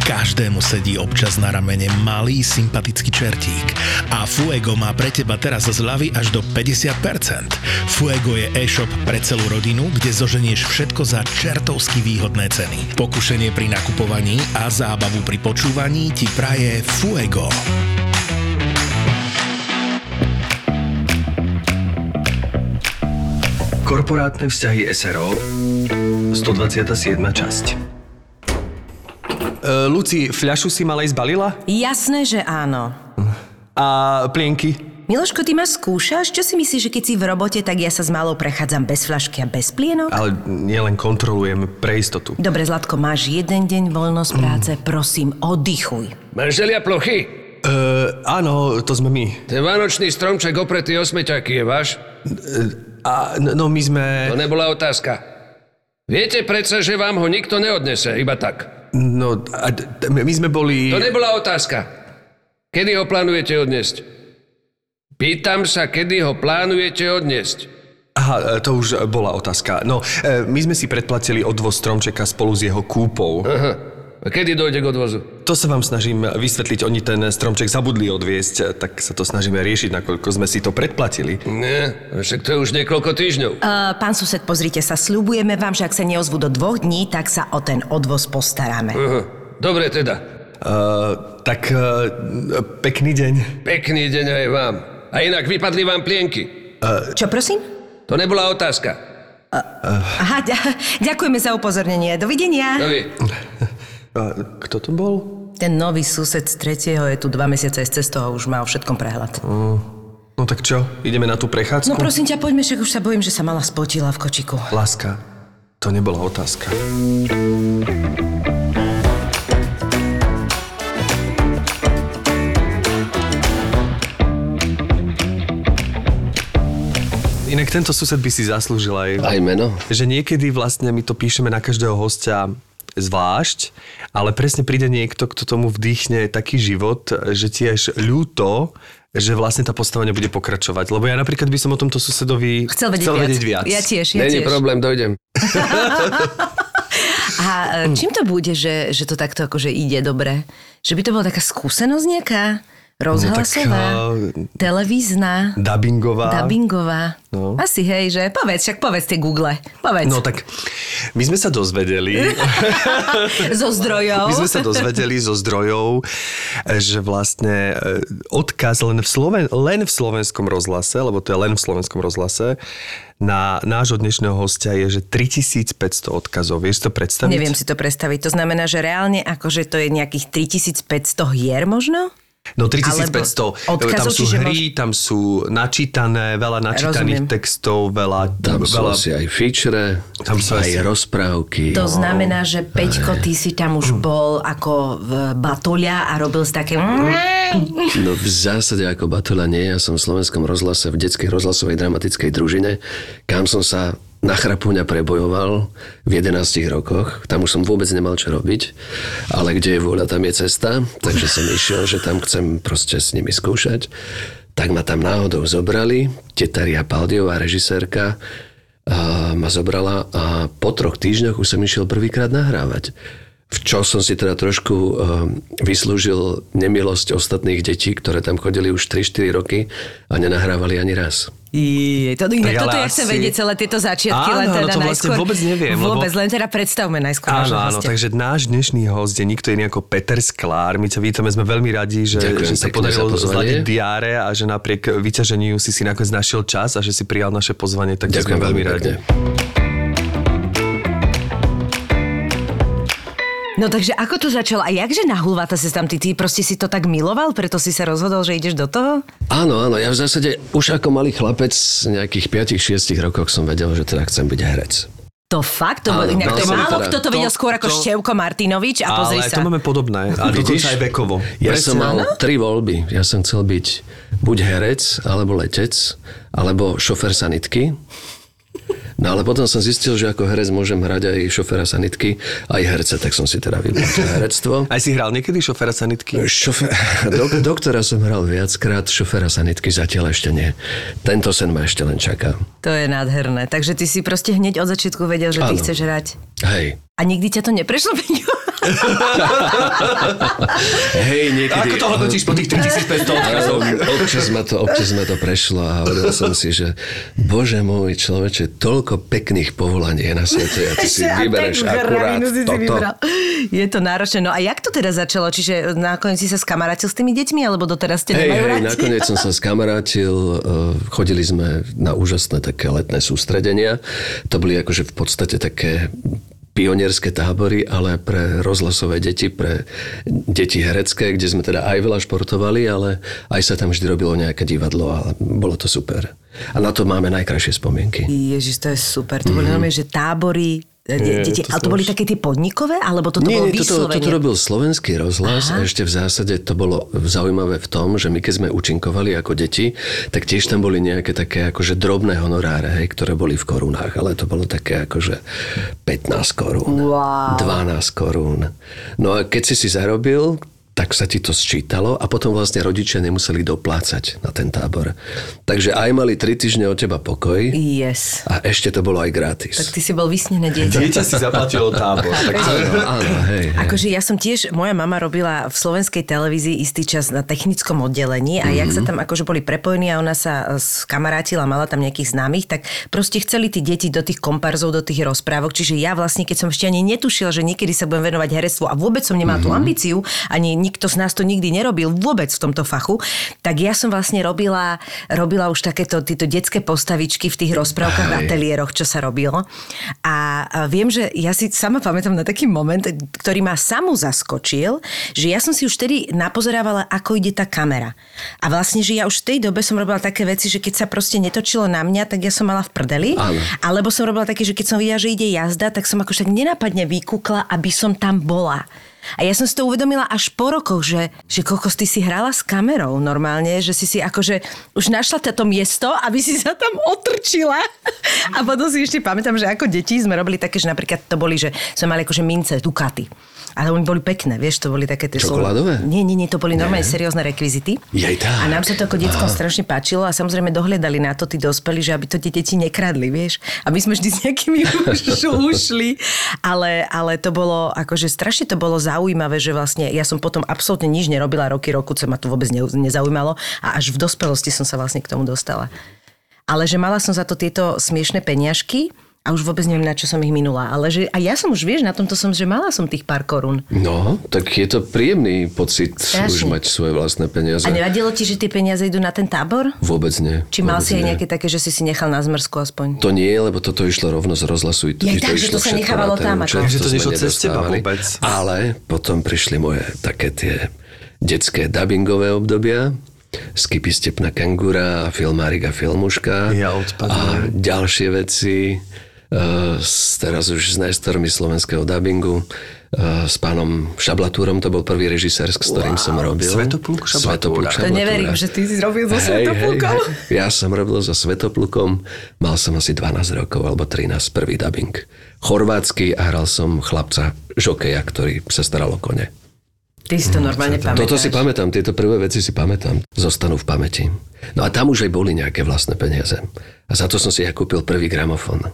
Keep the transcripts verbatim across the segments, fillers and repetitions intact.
Každému sedí občas na ramene malý sympatický čertík. A Fuego má pre teba teraz zľavy až do päťdesiat percent. Fuego je e-shop pre celú rodinu, kde zoženieš všetko za čertovsky výhodné ceny. Pokušenie pri nakupovaní a zábavu pri počúvaní ti praje Fuego. Korporátne vzťahy es er o, stodvadsiata siedma časť. Uh, Luci, fľašu si malej zbalila? Jasné, že áno. A plienky? Miloško, ty ma skúšaš? Čo si myslíš, že keď si v robote, tak ja sa s malou prechádzam bez fľašky a bez plienok? Ale nielen kontrolujem pre istotu. Dobre, Zlatko, máš jeden deň voľno z práce, mm. prosím, oddychuj. Manželia Plochy? Uh, áno, to sme my. Ten vánočný stromček opretý o smeťaky je váš? Uh, a, no, no my sme... To nebola otázka. Viete predsa, že vám ho nikto neodnese, iba tak. No, a d- my sme boli... To nebola otázka. Kedy ho plánujete odniesť? Pýtam sa, kedy ho plánujete odniesť. Aha, to už bola otázka. No, my sme si predplatili odvoz stromčeka spolu s jeho kúpou. Aha. A kedy dojde k odvozu? To sa vám snažím vysvetliť. Oni ten stromček zabudli odviesť, tak sa to snažíme riešiť, nakoľko sme si to predplatili. Nie, však to je už niekoľko týždňov. Uh, pán sused, pozrite sa, sľubujeme vám, že ak sa neozvú do dvoch dní, tak sa o ten odvoz postaráme. Aha. Dobre teda. Uh, tak uh, pekný deň. Pekný deň aj vám. A inak vypadli vám plienky. Uh, Čo, prosím? To nebola otázka. Uh, uh. Aha, ď- ďakujeme za upozornenie. Dovidenia. Dovi. A kto to bol? Ten nový sused z tretieho je tu dva mesiace z cestou a už má o všetkom prehľad. Mm. No tak čo? Ideme na tú prechádzku? No prosím ťa, poďme, však už sa bojím, že sa mala spotila v kočiku. Láska, to nebola otázka. Inak tento sused by si zaslúžil aj... Aj meno? Že niekedy vlastne my to píšeme na každého hostia zvlášť, ale presne príde niekto, kto tomu vdýchne taký život, že tiež ľúto, že vlastne tá postava nebude pokračovať. Lebo ja napríklad by som o tomto susedovi chcel vedieť, chcel viac. vedieť viac. Ja tiež, ja Není tiež. problém, dojdem. A čím to bude, že, že to takto akože ide dobre? Že by to bola taká skúsenosť nejaká? Rozhlasová, no, tak, uh, televízna, dubbingová. Dubbingová. No. Asi, hej, že? Povedz, však povedz tie Google. Povedz. No tak, my sme sa dozvedeli... zo zdrojov. My sme sa dozvedeli zo zdrojov, že vlastne odkaz len v, Sloven- len v slovenskom rozhlase, lebo to je len v slovenskom rozhlase, na nášho dnešného hostia je, že tritisícpäťsto odkazov. Vieš to predstaviť? Neviem si to predstaviť. To znamená, že reálne akože to je nejakých tritisícpäťsto hier možno? No tritisícpäťsto, tam sú hry, tam sú načítané, veľa načítaných Rozumiem. textov, veľa... Tam veľa, sú asi aj feature, tam sú aj asi... rozprávky. To no. znamená, že Peťko, ty si tam už bol ako v Batoľa a robil si také... No v zásade ako Batoľa nie, ja som v slovenskom rozhlase, v detskej rozhlasovej dramatickej družine, kam som sa na Chrapúňa prebojoval v jedenástich rokoch. Tam už som vôbec nemal čo robiť, ale kde je vôľa, tam je cesta, takže som išiel, že tam chcem proste s nimi skúšať. Tak ma tam náhodou zobrali, teta Ria Paldiová, režisérka, ma zobrala a po troch týždňoch už som išiel prvýkrát nahrávať. V čo som si teda trošku uh, vyslúžil nemilosť ostatných detí, ktoré tam chodili už tri štyri roky a nenahrávali ani raz. Je, to, inak, toto ja asi... chcem vedieť celé tieto začiatky. Áno, len teda no to vlastne najskôr, vôbec neviem. Vôbec, lebo... len teda predstavme najskôr áno, nášho áno, hostia. takže náš dnešný host je nikto iný ako Peter Sklár. My ťa vítame, sme veľmi radi, že, že sa podarilo zladiť diáre a že napriek vyťaženiu si si nakoniec našiel čas a že si prijal naše pozvanie, tak sme veľmi radi. No takže ako to začalo? A jakže na Hulváta si tam ty, ty proste si to tak miloval, preto si sa rozhodol, že ideš do toho? Áno, áno, ja v zásade už ako malý chlapec z nejakých päť šesť rokoch som vedel, že teda chcem byť herec. To fakt? To, áno, inak to je málo teda, kto to vedel skôr ako to, Števko Martinovič a pozri sa. Ale to máme podobné. A dokonca aj vekovo. Ja Presne, som mal áno? tri voľby. Ja som chcel byť buď herec, alebo letec, alebo šofér sanitky. No ale potom som zistil, že ako herec môžem hrať aj šoféra sanitky, aj herce, tak som si teda vybral herectvo. Aj si hral niekedy šoféra sanitky? Šofé... Dok- doktora som hral viackrát, šoféra sanitky zatiaľ ešte nie. Tento sen ma ešte len čaká. To je nádherné. Takže ty si proste hneď od začiatku vedel, že ty Áno. chceš hrať. Hej. A nikdy ťa to neprešlo, Peňo? Hej, niekedy... Ako to hodnotíš po tých tritisícpäťsto odkazov? Občas ma to, občas ma to prešlo a hovoril som si, že bože môj človeče, toľko pekných povolaní je na svete a ty si vybereš akurát toto. Je to náročné. No a jak to teda začalo? Čiže nakoniec si sa skamarátil s tými deťmi, alebo doteraz ste hej, nemajú hej, rádi? nakoniec som sa skamarátil, chodili sme na úžasné také letné sústredenia. To boli akože v podstate také pionierské tábory, ale pre rozhlasové deti, pre deti herecké, kde sme teda aj veľa športovali, ale aj sa tam vždy robilo nejaké divadlo a bolo to super. A na to máme najkrajšie spomienky. Ježiš, to je super. To boli mm-hmm. normálne, že tábory, Nie, deti, to ale to boli také tie podnikové, alebo toto Nie, bolo nie, toto, vyslovene? toto robil Slovenský rozhlas. Aha. A ešte v zásade to bolo zaujímavé v tom, že my keď sme účinkovali ako deti, tak tiež tam boli nejaké také akože drobné honoráre, hej, ktoré boli v korunách, ale to bolo také akože pätnásť korún, wow. dvanásť korún. No a keď si si zarobil, tak sa ti to sčítalo a potom vlastne rodičia nemuseli doplácať na ten tábor. Takže aj mali tri týždne od teba pokoj. Yes. A ešte to bolo aj gratis. Tak ty si bol vysnené dieťa. Dieťa si zaplatilo tábor. Tak to je... Áno, áno, hej, hej. Akože ja som tiež, moja mama robila v slovenskej televízii istý čas na technickom oddelení a mm-hmm. jak sa tam akože boli prepojení a ona sa skamarátila, mala tam nejakých známych, tak proste chceli tí deti do tých komparzov, do tých rozprávok. Čiže ja vlastne, keď som ešte ani netušila, že niekedy sa budem venovať herectvu a vôbec som nemala mm-hmm. tú ambíciu, ani nikto z nás to nikdy nerobil vôbec v tomto fachu, tak ja som vlastne robila, robila už takéto tieto detské postavičky v tých rozprávkach v ateliéroch, čo sa robilo. A viem, že ja si sama pamätám na taký moment, ktorý ma samu zaskočil, že ja som si už vtedy napozerávala, ako ide tá kamera. A vlastne, že ja už v tej dobe som robila také veci, že keď sa proste netočilo na mňa, tak ja som mala v prdeli. Áno. Alebo som robila také, že keď som videla, že ide jazda, tak som akože tak nenápadne vykúkla, aby som tam bola. A ja som si to uvedomila až po rokoch, že, že kokos, ty si hrala s kamerou normálne, že si si akože už našla toto miesto, aby si sa tam otrčila. A potom si ešte pamätám, že ako deti sme robili také, že napríklad to boli, že sme mali akože mince, Ducati. Ale oni boli pekné, vieš, to boli také tie... Čokoládové? Nie, nie, nie, to boli normálne seriózne rekvizity. Jej tá. A nám sa to ako deckom strašne páčilo a samozrejme dohľadali na to tí dospelí, že aby to tie deti nekradli, vieš. Aby sme vždy s nejakými ušli. Ale, ale to bolo, akože strašne to bolo zaujímavé, že vlastne ja som potom absolútne nič nerobila roky, roku, čo ma to vôbec nezaujímalo a až v dospelosti som sa vlastne k tomu dostala. Ale že mala som za to tieto smiešné peniažky, a už vôbec neviem, na čo som ich minula. Ale že, a ja som už, vieš, na tomto som, že mala som tých pár korún. No, tak je to príjemný pocit Strašne. Už mať svoje vlastné peniaze. A nevadilo ti, že tie peniaze idú na ten tábor? Vôbec nie. Či mal vôbec si aj nie. nejaké také, že si si nechal na zmrzku aspoň? To nie, lebo toto išlo rovno z rozhlasu. Ja, to tak, že to sa nechávalo tam. Ako... Takže to nešlo cez teba vôbec. Ale potom prišli moje také tie detské dubbingové obdobia. Skipy Stepna Kangura, Filmárik a Filmuška. Ja a ďalšie veci. Uh, teraz už s najstarmi slovenského dubbingu. Uh, s pánom Šablatúrom, to bol prvý režisér, s ktorým wow. som robil. Svetopluk Šablatúra. To neverím, že ty si robil so hey, Svetoplukom. Hey, hey. Ja som robil so Svetoplukom. Mal som asi dvanásť rokov, alebo trinásť, prvý dubbing. Chorvátsky a hral som chlapca žokeja, ktorý sa staral o kone. Ty si to normálne pamätáš. Toto si pamätám, tieto prvé veci si pamätám. Zostanú v pamäti. No a tam už aj boli nejaké vlastné peniaze. A za to som si ja kúpil prvý gramofón.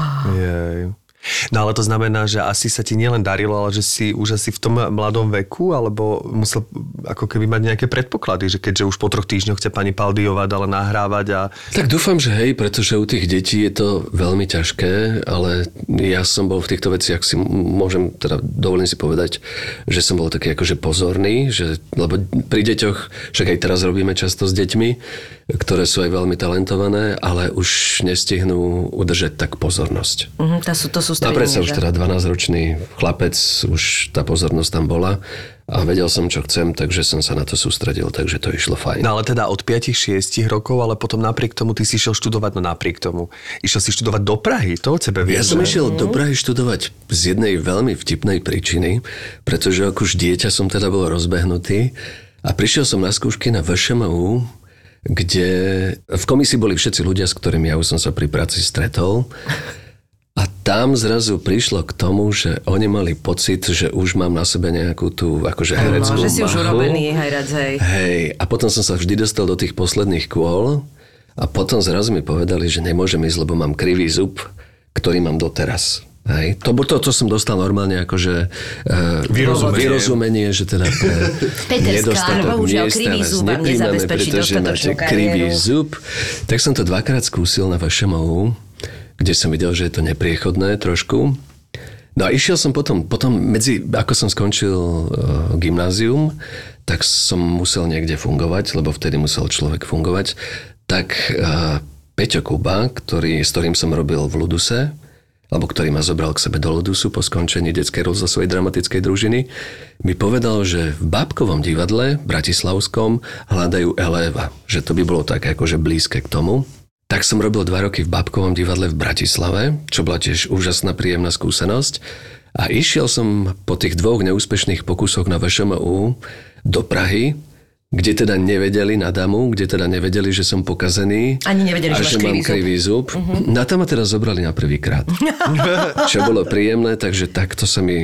Jej. No ale to znamená, že asi sa ti nielen darilo, ale že si už asi v tom mladom veku, alebo musel ako keby mať nejaké predpoklady, že keďže už po troch týždňoch chce pani Paldiová dala nahrávať a... Tak dúfam, že hej, pretože u tých detí je to veľmi ťažké, ale ja som bol v týchto veciach, si môžem, teda dovolím si povedať, že som bol taký akože pozorný, že, lebo pri deťoch, však aj teraz robíme často s deťmi, ktoré sú aj veľmi talentované, ale už nestihnú udržať tak pozornosť. Uh-huh, to sú, to sú no predsa už teda dvanásťročný chlapec, už tá pozornosť tam bola a vedel som, čo chcem, takže som sa na to sústredil, takže to išlo fajn. No ale teda od päť šesť rokov, ale potom napriek tomu ty si išiel študovať, no napriek tomu. Išiel si študovať do Prahy, to od sebe vieš. Ja som išiel do Prahy študovať z jednej veľmi vtipnej príčiny, pretože ako už dieťa som teda bol rozbehnutý a prišiel som na skúšky na vé š em ú, kde v komisii boli všetci ľudia, s ktorými ja už som sa pri práci stretol. A tam zrazu prišlo k tomu, že oni mali pocit, že už mám na sebe nejakú tú akože hereckú mahu. Že si už urobený, hej, hej. Hej, a potom som sa vždy dostal do tých posledných kôl a potom zrazu mi povedali, že nemôžem ísť, lebo mám krivý zub, ktorý mám doteraz. Hej. To, to, to som dostal normálne akože uh, Vyrozumenie. vyrozumenie, že teda pre nedostatok miesta vás nepríjmame, pretože máte krivý zub. Tak som to dvakrát skúsil na VŠMU, kde som videl, že je to nepriechodné trošku. No a išiel som potom, potom medzi, ako som skončil uh, gymnázium, tak som musel niekde fungovať, lebo vtedy musel človek fungovať. Tak uh, Peťo Kuba, ktorý, s ktorým som robil v Luduse, alebo ktorý ma zobral k sebe do Ludusu po skončení detskej rozhlasovej dramatickej družiny, mi povedal, že v Bábkovom divadle, bratislavskom, hľadajú eléva. Že to by bolo tak akože blízke k tomu. Tak som robil dva roky v Bábkovom divadle v Bratislave, čo bola tiež úžasná, príjemná skúsenosť. A išiel som po tých dvoch neúspešných pokusoch na VŠMU do Prahy, kde teda nevedeli na damu, kde teda nevedeli, že som pokazený. Ani nevedeli, a že, že mám krivý zub. Uh-huh. Na tam ma teda zobrali na prvýkrát. Čo bolo príjemné, takže takto sa mi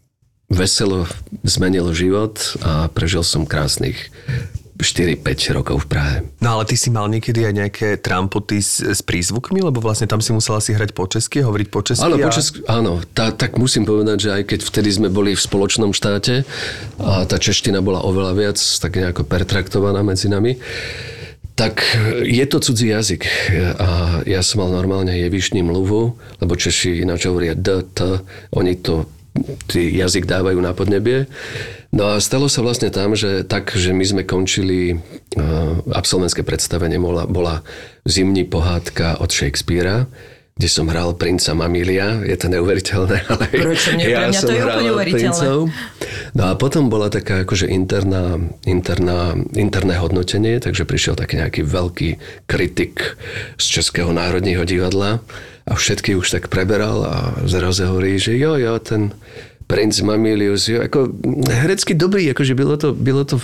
veselo zmenil život a prežil som krásnych štyri päť rokov v Prahe. No ale ty si mal niekedy aj nejaké trampoty s, s prízvukmi, lebo vlastne tam si musela si hrať po česky, hovoriť po česky. Áno, a... po česky, áno tá, tak musím povedať, že aj keď vtedy sme boli v spoločnom štáte a tá čeština bola oveľa viac tak nejako pertraktovaná medzi nami, tak je to cudzí jazyk. A ja som mal normálne jevišní mluvu, lebo Češi ináč hovoria d, t, oni to tý jazyk dávajú na podnebie. No a stalo sa vlastne tam, že tak, že my sme končili uh, absolventské predstavenie, bola, bola Zimní pohádka od Shakespearea, kde som hral princa Mamília. Je to neuveriteľné, ale Prečo nie? ja Pre mňa som to je hral princov. No a potom bola taká akože interná, interná, interné hodnotenie, takže prišiel taký nejaký veľký kritik z Českého národního divadla a všetky už tak preberal a zrazu hovorí, že jo, jo, ten princ Mamilius, jo, ako herecky dobrý, akože bylo to, bylo to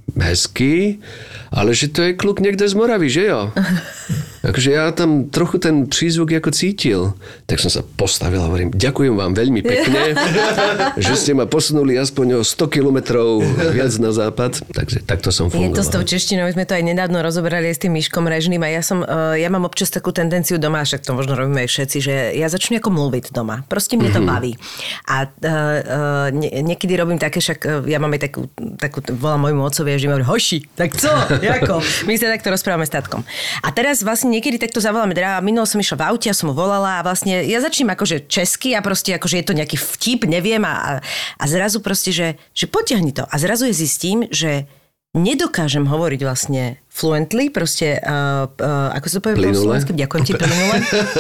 hezký, ale že to je kluk niekde z Moravy, že jo? Takže ja tam trochu ten prízvuk ako cítil. Tak som sa postavil a hovorím, ďakujem vám veľmi pekne, že ste ma posunuli aspoň o sto kilometrov viac na západ. Takže takto som fungoval. Je to s tou češtinou, my sme to aj nedávno rozoberali s tým Miškom Režným a ja som, ja mám občas takú tendenciu doma, však to možno robíme aj všetci, že ja začnem ako mluviť doma. Proste mne to mm-hmm. baví. A uh, nie, niekedy robím také, však ja mám aj takú, takú volám môjmu otcovi a vždy hovorím, hoši, tak co? Jako? My sa takto rozprávame s tatkom. A teraz vlastne niekedy takto zavoláme, teda minulo som išla v aute, ja som mu volala a vlastne ja začnem akože česky a proste akože je to nejaký vtip, neviem a, a zrazu proste, že, že potiahni to. A zrazu ja zistím, že nedokážem hovoriť vlastne fluently, proste, uh, uh, ako sa to povie po slovensky? Ďakujem ti, plynule.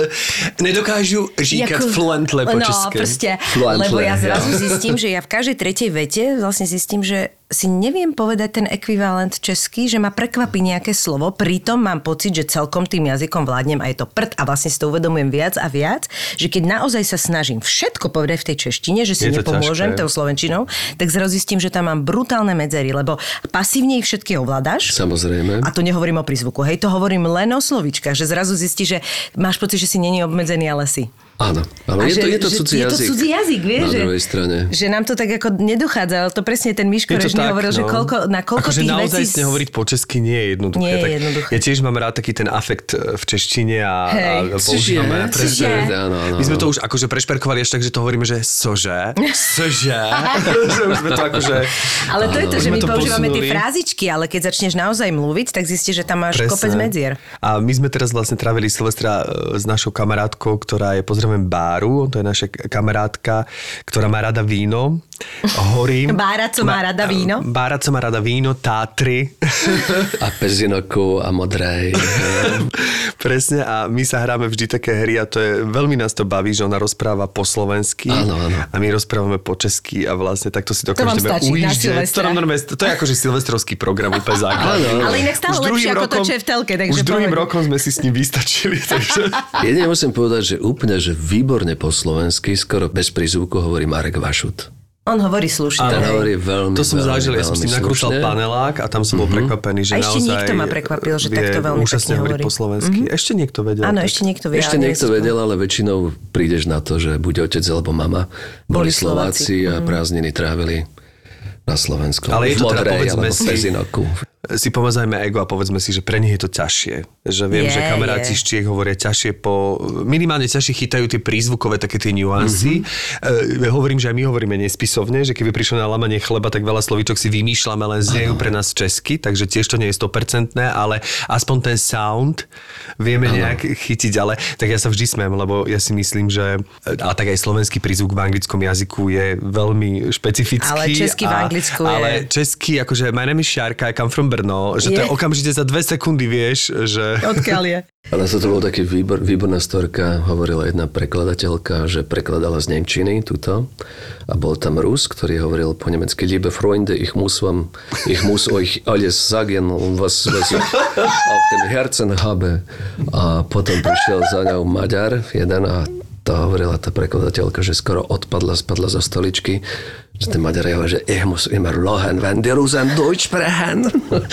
Nedokážu říkať jako, fluently po česky. No, proste, lebo ja zrazu zistím, že ja v každej tretej vete vlastne zistím, že si neviem povedať ten ekvivalent český, že ma prekvapí nejaké slovo, pritom mám pocit, že celkom tým jazykom vládnem a je to prd a vlastne si to uvedomujem viac a viac, že keď naozaj sa snažím všetko povedať v tej češtine, že si nepomôžem tou slovenčinou, tak zrazu zistím, že tam mám brutálne medzery, lebo pasívne ich všetky ovládaš. Samozrejme. A to nehovorím o prízvuku, hej, to hovorím len o slovíčkach, že zrazu zistíš, že máš pocit, že si není obmedzený, ale si. Áno, ale je, že, to, je to cudzí jazyk. Je to cudzí jazyk, vieš, na že, druhej strane. Že nám to tak ako nedochádza, ale to presne ten Miško Režný hovoril, no. Že koľko, na koľko ako, tých vecí... Akože naozaj hovoriť po česky nie je jednoduché. Nie je tak jednoduché. Ja tiež mám rád taký ten afekt v češtine a, Hej. a používame. Cože? Áno, áno. My sme to už akože prešperkovali až tak, že to hovoríme, že sože, sože. Už sme to akože... Ale to je to, že my to používame posunuli. tie frázičky, ale keď začneš naozaj mluviť, tak zistíš, že tam máš Presne. kopec medzier. A my sme teraz vlastne trávili Silvestra s našou kamarátkou, ktorá je, pozdravujeme, Báru, to je naša kamarátka, ktorá má rada víno. Horí. Bára, co má rada víno? Bára, co má rada víno, Tátry. A Pezinoku a Modrej. Presne, a my sa hráme vždy také hry a to je, veľmi nás to baví, že ona rozpráva po slovensky. Áno, áno. A my rozprávame po česky a vlastne takto si To vám dokážeme stačí na ujíždieť. Silvestra. To, normálne, to je akože silvestrovský program úplne základ. Ale inak stále Už lepšie druhým ako to, čo je v telke. Takže už druhým povedz. rokom sme si s ním vystačili. Takže... Jedine musím povedať, že úplne, že výborne po slovensky, skoro bez prízvuku hovorí Marek Vašut. On hovorí slušne. Ten hovorí veľmi, To som veľmi, zažil, ja som s tým veľmi nakrúcal slušne. panelák a tam som bol Mhm. prekvapený, že A ešte naozaj niekto ma prekvapil, že vie takto veľmi úžasne pekne hovoriť hovorí. po slovensky. Ešte niekto vedel. Áno, tak. ešte niekto vie. Ešte ale niekto nie vedel, ale väčšinou prídeš na to, že buď otec alebo mama boli Boli Slováci Slováci. a prázdniny trávili na Slovensku. Ale je to v teda, Modrej povedzme alebo v si- Pezinoku. si pomazajme ego a povedzme si, že pre nich je to ťažšie. Že viem, je, že kamaráti z Čiech hovoria ťažšie po... Minimálne ťažšie chytajú tie prízvukové, také tie nuancy. Mm-hmm. Uh, hovorím, že aj my hovoríme nespisovne, že keby prišlo na lamanie chleba, tak veľa slovíčok si vymýšľame, len znejú pre nás česky, takže tiež to nie je sto percent, ale aspoň ten sound vieme ano. nejak chytiť, ale tak ja sa vždy smiem, lebo ja si myslím, že a tak aj slovenský prízvuk v anglickom jazyku je veľmi špecifický. Ale český v Anglicku a, je... Ale český, akože my name is Šárka, I come from Brno, že je. To je okamžite za dve sekundy, vieš, že... Odkiaľ je? Ale to bol taký výbor, výborná storka, hovorila jedna prekladateľka, že prekladala z nemčiny túto a bol tam Rus, ktorý hovoril po nemecky Liebe Freunde, ich muss vám, ich muss euch alles sagen, was, was ich auf dem Herzen habe. A potom prišiel za ňou Maďar, jeden a to hovorila tá prekladateľka, že skoro odpadla, spadla zo stoličky, že ten Maďar hovorí, že ich muss immer lachen, wenn die Russen Deutsch sprechen.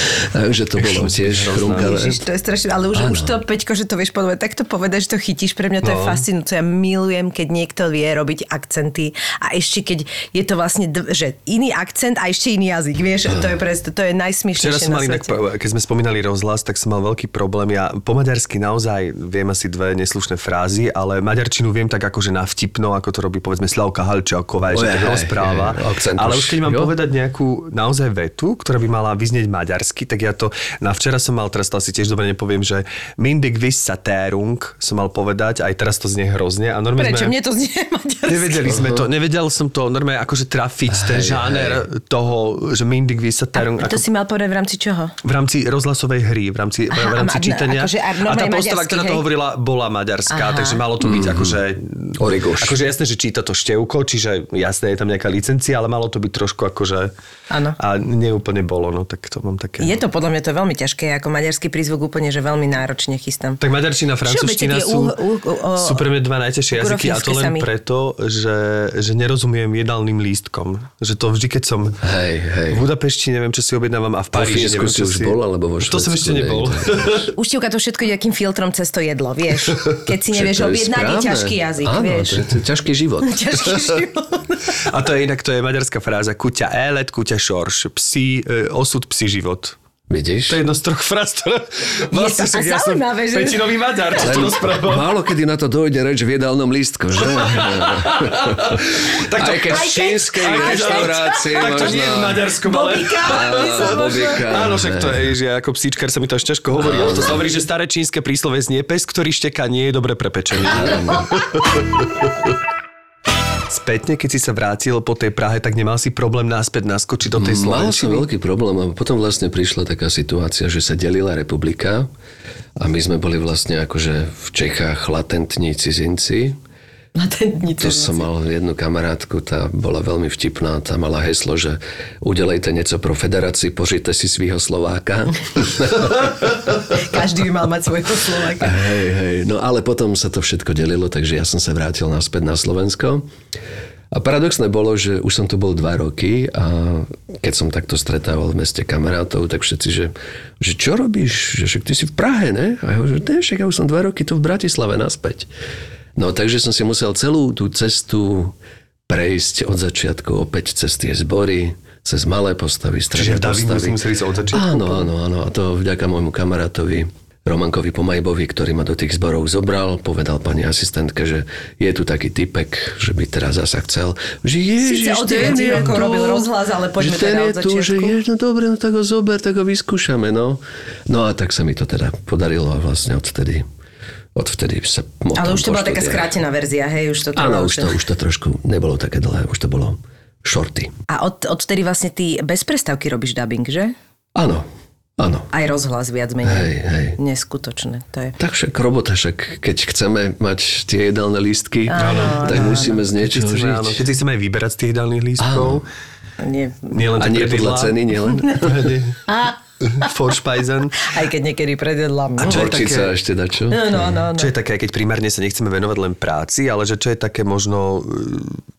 Takže to bolo tiež chrumkavé. Ježiš, to je strašné, ale už, už to, Peťko, že to vieš povedať, tak to povedať, že to chytíš, pre mňa to no. je fascinujúce. Ja milujem, keď niekto vie robiť akcenty a ešte keď je to vlastne, že iný akcent a ešte iný jazyk, vieš, to je presne, to je najsmiešnejšie na svete. Inak, keď sme spomínali rozhlas, tak som mal veľký problém. Ja po maďarsky naozaj viem asi dve neslušné frázy, ale maďarčinu viem tak akože na vtipno, ako to robí povedzme Slavka Halčáková, že tak rozpráva. Akcentuš, ale už keď mám jo? povedať nejakú naozaj vetu, ktorá by mala vyznieť maďarsky, tak ja to, na včera som mal, teraz to asi tiež dobre nepoviem, že mindig visszatérunk som mal povedať, aj teraz to znie hrozne. A Prečo? Sme, Mne to znie maďarsky. Nevedeli sme to, nevedel som to normálne akože trafiť hej, ten žáner hej. toho, že mindig visszatérunk. A to ako, si mal povedať v rámci čoho? V rámci rozhlasovej hry, v rámci, Aha, v rámci čítania. Akože, a, a tá postava, ktorá to hovorila, bola maďarská, Aha. takže malo to byť mm. akože... Origoš. Akože jasné, že číta to Števko, čiže jasné, je tam nejaká licencia, ale malo to byť trošku akože... Áno. A neúplne bolo, no tak to mám také... Je to podľa mňa to veľmi ťažké, ako maďarský prízvuk úplne, že veľmi náročne chystám. Tak maďarčina, francúzština sú, uh, uh, uh, sú pre mňa dva najťažšie jazyky a to len sami. preto, že, že nerozumiem jedálnym lístkom. Že to vždy, keď som hej, hej. v Budapešti, neviem, čo si objednávam a v Paríži, neviem, čo si... už bol, alebo vo to som ešte nebol. Uštívka to všetko ide akým filtrom cez to jedlo, vieš. Keď si nevieš objednať, je ťažký jazyk, áno, vieš. To je ťažký život. ťažký život. A to je inak, to je maďarská fráza. Kuťa élet, kuťa šorš. Psi, e, osud, psi život. Vidíš? To je jedno z troch fráz, ktoré... Vlastne, je to ja zaujímavé, že... Petinový Maďar, čo to rozprával. Málo kedy na to dojde reč v jedálnom lístku, že? tak to, aj keď v čínskej reštaurácii možno... Tak to nie je v Maďarskom, ale... Bobika. Bobika. Áno, však to je, že ako psíčkar sa mi to až ťažko hovorí, ale to sa hovorí, že staré čínske príslove znie, pes, ktorý šteká, nie je dobre pre pečenie. Spätne, keď si sa vrátil po tej Prahe, tak nemal si problém náspäť naskočiť do tej slovenčiny? Mal som veľký problém a potom vlastne prišla taká situácia, že sa delila republika a my sme boli vlastne akože v Čechách latentní cizinci. Latentní cizinci. To som mal jednu kamarátku, tá bola veľmi vtipná, tá mala heslo, že udelejte niečo pro federácii, požite si svýho Slováka. Každý by mal mať svojho Slováka. Hej, hej, no ale potom sa to všetko delilo, takže ja som sa vrátil naspäť na Slovensko. A paradoxné bolo, že už som tu bol dva roky a keď som takto stretával v meste kamarátov, tak všetci, že, že čo robíš? Že však ty si v Prahe, ne? A ja hovorím, že ne, však ja už som dva roky tu v Bratislave naspäť. No takže som si musel celú tú cestu prejsť od začiatku opäť cez tie zbory, cez malé postavy, stredné postavy. Čiže v museli ísť od začiatku? Áno, áno, áno. A to vďaka môjmu kamarátovi Romankovi Pomajbovi, ktorý ma do tých zborov zobral, povedal pani asistentke, že je tu taký typek, že by teraz zasa chcel. Že ježiš, ten je tu, robil rozhlas, ale poďme že ten teda je od tu, že jež, no dobre, no tak ho zober, tak ho vyskúšame, no. No a tak sa mi to teda podarilo a vlastne odtedy Odvtedy sa motal. Ale už to bola taká skrátená verzia, hej? Už to Áno, už to, už to trošku nebolo také dlhé, už to bolo shorty. A od, odtedy vlastne ty bez prestávky robíš dubbing, že? Áno, áno. Aj rozhlas viac menej. Hej, hej. Neskutočné, to je. Tak však robota, však keď chceme mať tie jedálne lístky, áno, tak áno, musíme áno. z niečoho žiť. Áno, keď si chceme aj vyberať z tých jedálnych lístkov. Nie. Nie len a nie podľa ceny, nie len. Vorspeisen. Aj keď niekedy predjedlám. A čo je Horčica také, ešte dačo? No, no, no, no. Čo je také, keď primárne sa nechceme venovať len práci, ale že čo je také možno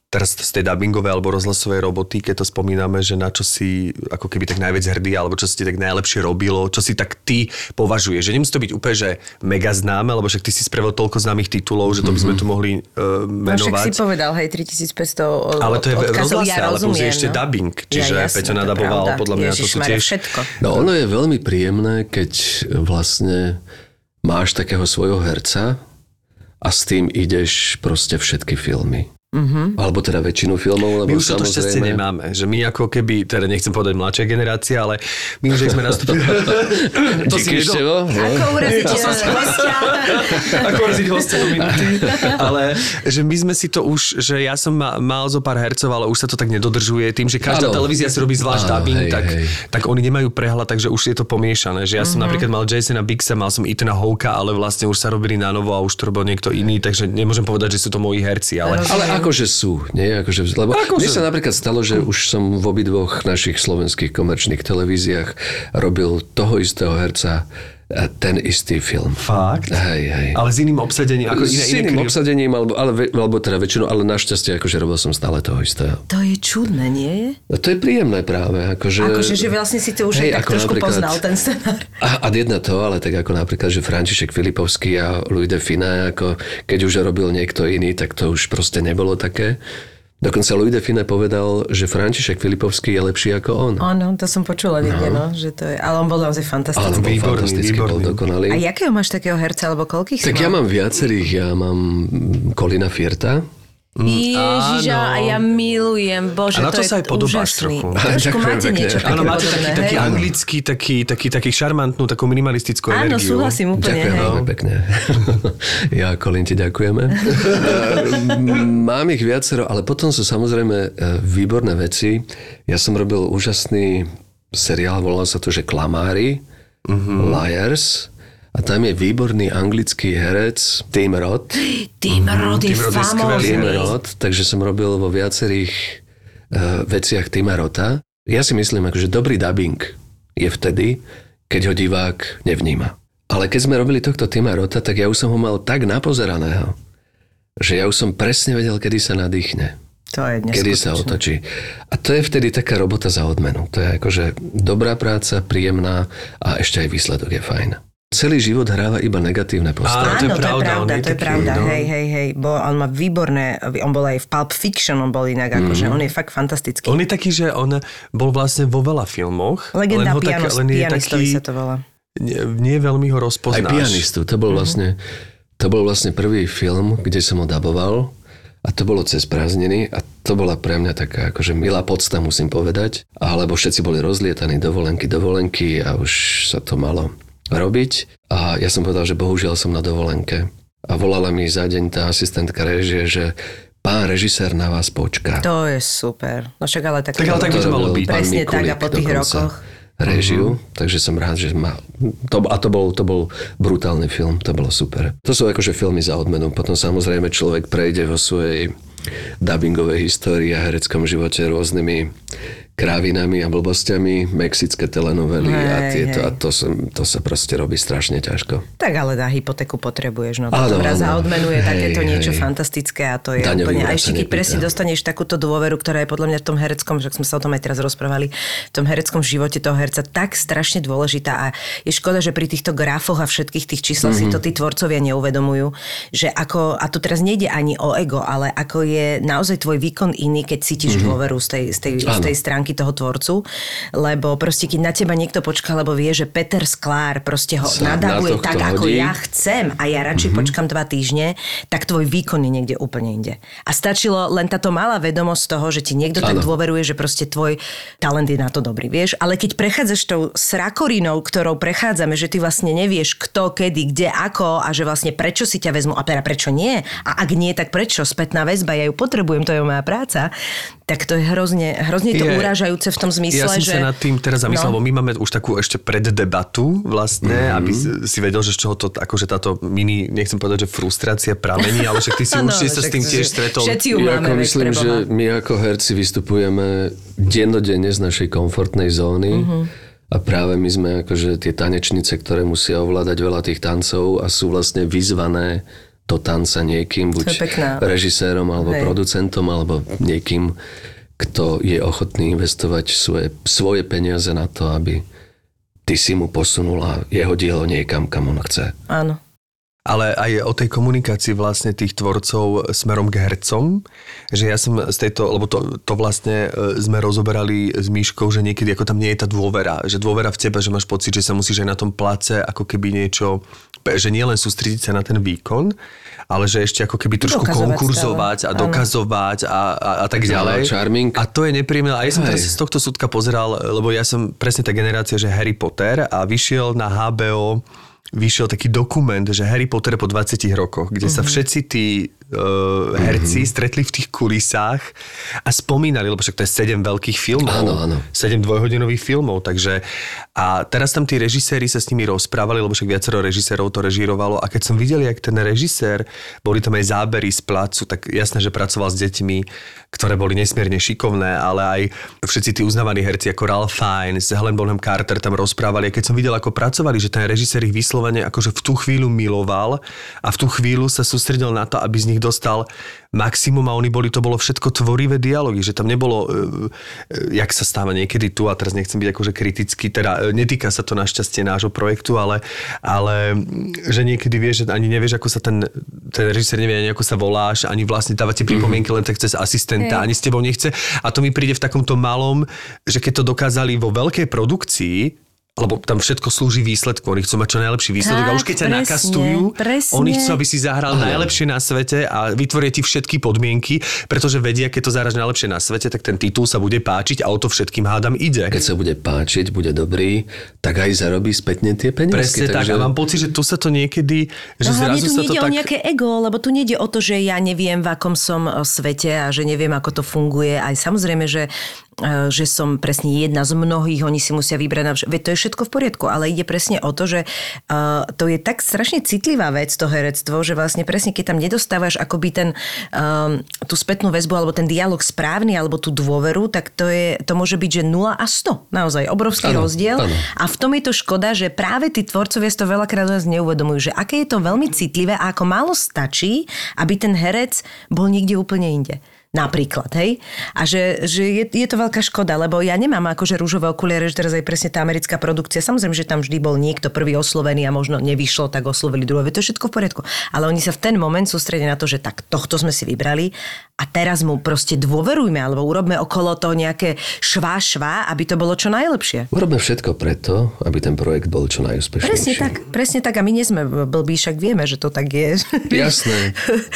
teraz z tej dubbingovej alebo rozhlasovej roboty, keď to spomíname, že na čo si ako keby tak najviac hrdý, alebo čo si tak najlepšie robilo, čo si tak ty považuješ. Že nemusí to byť úplne, že mega známe, lebo však ty si spravil toľko známych titulov, že to by sme tu mohli uh, menovať. No však si povedal, hej, tritisícpäťsto od, ale to je v rozhlase, ja ale plus je ešte no? dubbing. Čiže ja, jasne, Peťo nadaboval, podľa mňa Ježiš, to sú tiež... Všetko. No ono je veľmi príjemné, keď vlastne máš takého svojho herca a s tým ideš proste všetky filmy. Mm-hmm. Alebo teda väčšinu filmov, lebo my už to šťastie nemáme, že my ako keby, teda nechcem povedať mladšia generácia, ale my už sme nastúpili. To si nedo... Ako uraziť hostia. Ako uraziť hostia do minuty. Ale že my sme si to už, že ja som ma, mal zo pár hercov, ale už sa to tak nedodržuje. Tým, že každá ano. televízia si robí zvlášť ano, dubbing, hej, tak, hej. tak oni nemajú prehľad, takže už je to pomiešané. Že ja som mm-hmm. napríklad mal Jasona Bixa, mal som Ethana Hawka, ale vlastne už sa robili na novo a už to robil niekto iný, takže nemôžem povedať, že sú to moji herci. Ale, ale akože sú, nie? Akože, lebo akože... mne sa napríklad stalo, že už som v obidvoch našich slovenských komerčných televíziách robil toho istého herca ten istý film. Fakt? Hej, hej. Ale s iným obsadením? Ako s iné, iným iné obsadením, alebo, ale, alebo teda väčšinou, ale našťastie akože robil som stále toho istého. To je čudné, nie je? No, to je príjemné práve. Akože, akože že vlastne si to už hej, aj tak trošku poznal, ten scenár. A, a jedna to, ale tak ako napríklad, že František Filipovský a Louis de Funès, ako keď už robil niekto iný, tak to už proste nebolo také. Dokonca Louis de Funès povedal, že František Filipovský je lepší ako on. Áno, to som počula niekde, no. no, že to je, ale on bol naozaj fantastický. Ale on bol výborný, fantastický, výborný. bol dokonalý. A jakého máš takého herca, alebo koľkých Tak si ja mal? mám viacerých, ja mám Colina Firtha. Ježiša, a ja milujem, bože, a na to, to sa je aj podobáš úžasný. trochu. Trošku máte niečo také áno, máte podobné, taký, taký hej? anglický, taký, taký, taký šarmantnú, takú minimalistickú Áno, energiu. súhlasím úplne, Ďakujem hej. veľmi pekne. Ja, Colin, ti ďakujeme. Mám ich viacero, ale potom sú samozrejme výborné veci. Ja som robil úžasný seriál, volal sa to, že Klamári, mm-hmm. Liars. A tam je výborný anglický herec Tim Roth. Tim Roth je Tim Roth je famózny. Tim Roth, takže som robil vo viacerých uh, veciach Tima Rotha. Ja si myslím, akože dobrý dubbing je vtedy, keď ho divák nevníma. Ale keď sme robili tohto Tima Rotha, tak ja už som ho mal tak napozeraného, že ja už som presne vedel, kedy sa nadýchne. To je neskutočné. Kedy sa otočí. A to je vtedy taká robota za odmenu. To je akože dobrá práca, príjemná a ešte aj výsledok je fajn. Celý život hráva iba negatívne postavy. Áno, to je pravda, to je, to je pravda. No. Hej, hej, hej. Bo on má výborné, on bol aj v Pulp Fiction, on bol inak, mm. akože on je fakt fantastický. On je taký, že on bol vlastne vo veľa filmoch. Legenda len pianos, tak, len pianistovi taký, sa to volá. Nie, nie veľmi ho rozpoznáš. Aj pianistu, to bol vlastne, to bol vlastne prvý film, kde som ho daboval. A to bolo cez prázdniny a to bola pre mňa taká akože milá podsta, musím povedať. Alebo všetci boli rozlietaní dovolenky, dovolenky a už sa to malo robiť. A ja som povedal, že bohužiaľ som na dovolenke. A volala mi za deň tá asistentka réžie, že pán režisér na vás počká. To je super. No však ale tak, tak, ale tak by to malo byť. Presne tak a po tých rokoch. Réžiu, uh-huh. takže som rád, že ma... To, a to bol, to bol brutálny film, to bolo super. To sú akože filmy za odmenu. Potom samozrejme človek prejde vo svojej dubbingovej histórii a hereckom živote rôznymi krávinami a blbosťami, mexické telenovely hej, a tieto. Hej. A to sa, to sa proste robí strašne ťažko. Tak ale na hypotéku potrebuješ. No potom raz za odmenu je takéto hej, niečo hej. fantastické a to je daňový úplne... A ešte keď presne dostaneš takúto dôveru, ktorá je podľa mňa v tom hereckom, že sme sa o tom aj teraz rozprávali, v tom hereckom živote toho herca tak strašne dôležitá a je škoda, že pri týchto grafoch a všetkých tých číslach mm-hmm. si to tí tvorcovia neuvedomujú, že ako, a tu teraz nejde ani o ego, ale ako je naozaj tvoj výkon iný, keď cítiš mm-hmm. dôveru z tej, z tej, z tej stránky toho tvorcu, lebo proste keď na teba niekto počká, lebo vie, že Peter Sklár proste ho sa nadavuje na tak, ako hodí. Ja chcem a ja radšej mm-hmm. počkam dva týždne, tak tvoj výkon je niekde úplne inde. A stačilo len táto malá vedomosť toho, že ti niekto ano. Tak dôveruje, že proste tvoj talent je na to dobrý, vieš, ale keď prechádzaš tou srakorinou, ktorou prechádzame, že ty vlastne nevieš kto, kedy, kde, ako a že vlastne prečo si ťa vezmu a teda prečo nie a ak nie, tak prečo spätná väzba, ja ju potrebujem, to je moja práca, tak to je hrozne, hrozne to je urážajúce v tom zmysle, ja som že... sa nad tým teraz zamyslel, no. lebo my máme už takú ešte preddebatu vlastne, mm-hmm. aby si vedel, že z čoho to, akože táto mini, nechcem povedať, že frustrácia pramení, ale však ty si no, určite sa s tým tiež stretol. Všetci ju ja máme, ako myslím, že my ako herci vystupujeme dennodenne z našej komfortnej zóny mm-hmm. a práve my sme akože tie tanečnice, ktoré musia ovládať veľa tých tancov a sú vlastne vyzvané do tanca niekým, buď režisérom, alebo Hej. producentom, alebo niekým, kto je ochotný investovať svoje, svoje peniaze na to, aby ty si mu posunula jeho dielo niekam, kam on chce. Áno. Ale aj o tej komunikácii vlastne tých tvorcov smerom k hercom, že ja som z tejto, lebo to, to vlastne sme rozoberali s Míškou, že niekedy ako tam nie je tá dôvera, že dôvera v teba, že máš pocit, že sa musíš aj na tom place ako keby niečo, že nie len sústrediť sa na ten výkon, ale že ešte ako keby trošku dokazovať konkurzovať stále. A dokazovať a, a, a tak ďalej. Charming. A to je nepríjemné. A ja som teraz z tohto súdka pozeral, lebo ja som presne tá generácia, že Harry Potter a vyšiel na há bé ó vyšiel taký dokument, že Harry Potter po dvadsiatich rokoch, kde uh-huh. sa všetci tí uh, herci uh-huh. stretli v tých kulisách a spomínali, lebo však to je sedem veľkých filmov. Áno, áno. sedem dvojhodinových filmov, takže a teraz tam tí režiséri sa s nimi rozprávali, lebo však viacero režisérov to režírovalo a keď som videl, jak ten režisér, boli tam aj zábery z placu, tak jasné, že pracoval s deťmi, ktoré boli nesmierne šikovné, ale aj všetci tí uznávaní herci ako Ralph Fiennes, Helen Bonham Carter tam rozprávali a keď som videl, ako pracovali, že ten režisér ich vyslovene akože v tú chvíľu miloval a v tú chvíľu sa sústredil na to, aby z nich dostal maximum a oni boli, to bolo všetko tvorivé dialógy, že tam nebolo, jak sa stáva niekedy tu a teraz nechcem byť akože kritický, teda netýka sa to našťastie nášho projektu, ale, ale že niekedy vieš, že ani nevieš, ako sa ten, ten režisér nevie ani ako sa voláš, ani vlastne dávate pripomienky len tak cez asistenta, ani s tebou nechce a to mi príde v takomto malom, že keď to dokázali vo veľkej produkcii, lebo tam všetko slúži výsledku. Oni chcú mať čo najlepší výsledok. Tak, a už keď ťa nakastujú, presne. Oni chcú, aby si zahral Aha. najlepšie na svete a vytvoria ti všetky podmienky, pretože vedia, keď to zahráš najlepšie na svete, tak ten titul sa bude páčiť a o to všetkým hádam ide. Keď sa bude páčiť, bude dobrý, tak aj zarobí spätne tie peniazky. Presne takže... tak. A mám pocit, že tu sa to niekedy... Že no hlavne tu nejde o tak... nejaké ego, lebo tu nejde o to, že ja neviem, v akom som svete a že neviem, ako to funguje. Aj samozrejme, že že som presne jedna z mnohých, oni si musia vybrať, veď to je všetko v poriadku, ale ide presne o to, že uh, to je tak strašne citlivá vec, to herectvo, že vlastne presne, keď tam nedostávaš akoby ten, um, tú spätnú väzbu, alebo ten dialog správny, alebo tú dôveru, tak to, je, to môže byť, že nula a sto. Naozaj, obrovský ano, rozdiel. Ano. A v tom je to škoda, že práve tí tvorcovia si to veľakrát nás neuvedomujú, že aké je to veľmi citlivé a ako málo stačí, aby ten herec bol niekde úplne inde. Napríklad, hej? A že, že je, je to veľká škoda, lebo ja nemám akože rúžové okuliare, že teraz aj presne tá americká produkcia. Samozrejme, že tam vždy bol niekto prvý oslovený a možno nevyšlo, tak oslovili druhé. To je všetko v poriadku. Ale oni sa v ten moment sústredia na to, že tak tohto sme si vybrali a teraz mu proste dôverujme, alebo urobme okolo toho nejaké švá švá, aby to bolo čo najlepšie. Urobme všetko preto, aby ten projekt bol čo najúspešnejší. Presne tak, presne tak. A my nie sme blbí, však vieme, že to tak je. Jasné.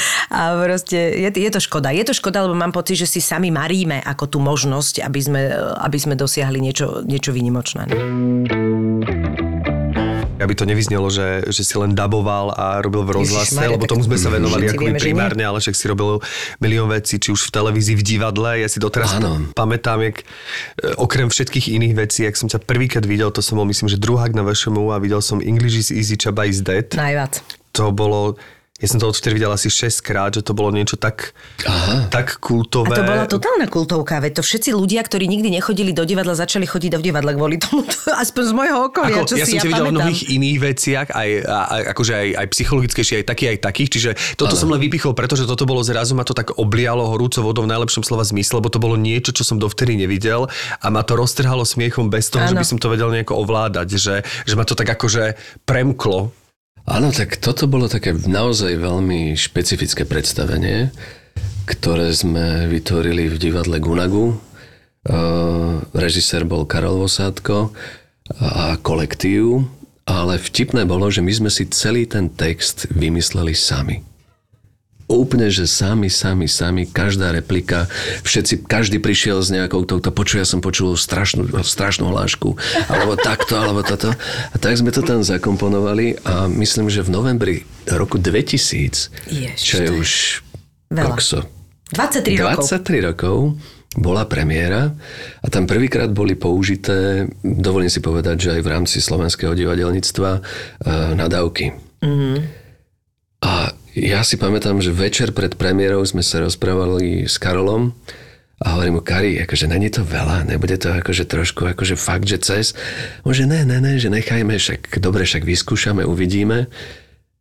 A proste je, je to škoda. Je to škoda, lebo mám pocit, že si sami maríme ako tú možnosť, aby sme, aby sme dosiahli niečo, niečo výnimočné. Aby to nevyznelo, že, že si len daboval a robil v rozhlase, Ježišmarja, lebo tomu sme sa venovali akoby primárne, ale však si robil milión vecí, či už v televízii, v divadle. Ja si doteraz Áno. pamätám, jak okrem všetkých iných vecí, jak som ťa prvýkrát videl, to som bol, myslím, že druhák na vé š em ú a videl som English is easy, Čaba is dead. Najviac. To bolo... Ja som to odvtedy videl asi šesťkrát, že to bolo niečo tak, tak kultové. A to bola totálna kultovka, veď to všetci ľudia, ktorí nikdy nechodili do divadla, začali chodiť do divadla kvôli tomu, aspoň z môjho okolia, Ako, čo ja si ja pamätám. Ja som ťa videl v mnohých iných veciach, aj, a, akože aj, aj psychologickejšie, aj takých, aj takých, čiže toto ano. Som len vypichol, pretože toto bolo zrazu, ma to tak oblialo horúcou vodou v najlepšom slova zmysle, lebo to bolo niečo, čo som dovtedy nevidel a ma to roztrhalo smiechom bez toho, ano. Že by som to vedel nejako ovládať, že, že ma to tak akože premklo. Áno, tak toto bolo také naozaj veľmi špecifické predstavenie, ktoré sme vytvorili v divadle Gunagu. Uh, režisér bol Karol Vosátko a kolektív, ale vtipné bolo, že my sme si celý ten text vymysleli sami. Úplne, že sami, sami, sami, každá replika, všetci, každý prišiel s nejakou touto, počuj, ja som počul strašnú, strašnú hlášku, alebo takto, alebo toto. A tak sme to tam zakomponovali a myslím, že v novembri roku dvetisíc, Jež, čo je už kokso, dvadsaťtri rokov. dvadsaťtri rokov bola premiéra a tam prvýkrát boli použité, dovolím si povedať, že aj v rámci slovenského divadelníctva nadávky. Mm-hmm. A ja si pamätám, že večer pred premiérou sme sa rozprávali s Karolom a hovorím mu, Kari, akože není to veľa, nebude to akože trošku, akože fakt, že cez. On že ne, ne, ne, že nechajme, však dobre, však vyskúšame, uvidíme.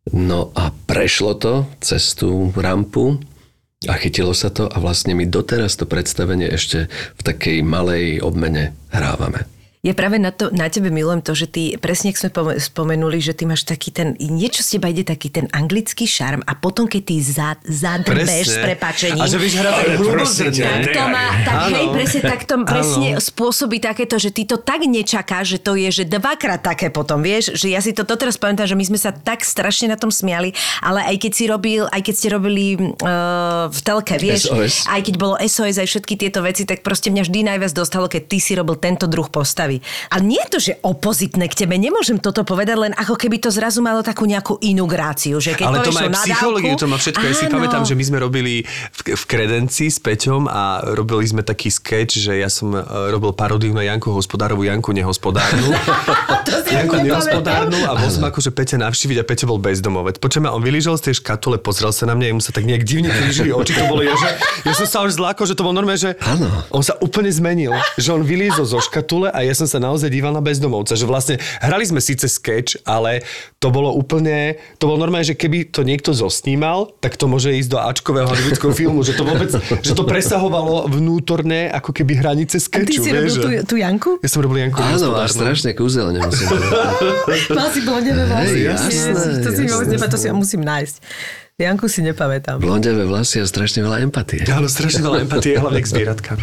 No a prešlo to cez tú rampu a chytilo sa to a vlastne my doteraz to predstavenie ešte v takej malej obmene hrávame. Ja práve na, to, na tebe milujem to, že ty, presne ak sme spomenuli, že ty máš taký ten, niečo z teba ide taký ten anglický šarm a potom, keď ty za, zadrbeš s prepáčením. A že víš hrať tak to má, tak hej, presne tak to presne spôsobí takéto, že ty to tak nečakáš, že to je, že dvakrát také potom, vieš, že ja si to teraz pamätám, že my sme sa tak strašne na tom smiali, ale aj keď si robil, aj keď ste robili uh, v telke, vieš, es o es. Aj keď bolo es o es, aj všetky tieto veci, tak proste mňa vždy najviac dostalo, keď ty si robil tento druh postavy. A nie je to, že opozitné k tebe, nemôžem toto povedať, len ako keby to zrazu malo takú nejakú inú gráciu. Že keď ale to má aj nadávku, psychológiu, to má všetko. Ja si pamätám, že my sme robili v, v Kredenci s Peťom a robili sme taký sketch, že ja som robil paródiu na Janku Hospodárovú, Janku Nehospodárnu. Janku Nehospodárnu a bol som akože Peťa navštíviť a Peťo bol bezdomovec. Počujem, on vylížal z tej škatule, pozrel sa na mňa, mu sa tak nejak divne klížili oči, to bolo ja, že ja som sa už zlákol, že to bol normálne, že ano. On sa úplne zmenil, že on vylízol zo škatule a ja som sa naozaj díval na bezdomovca, že vlastne hrali sme síce sketch, ale to bolo úplne, to bolo normálne, že keby to niekto zosnímal, tak to môže ísť do ačkového hollywoodského filmu, že to vôbec, že to presahovalo vnútorné ako keby hranice sketchu. A ty si robil tú, tú Janku? Ja som robil Janku. Áno, a strašne kúzelne musím povedať. Mal si blondiavé vlasy. Jasné, to si jasné, jasné. To si musím nájsť. Janku si nepamätám. Blondiavé vlasy a strašne veľa empatie. Áno, strašne veľa empatie, hlavne k zvieratkám.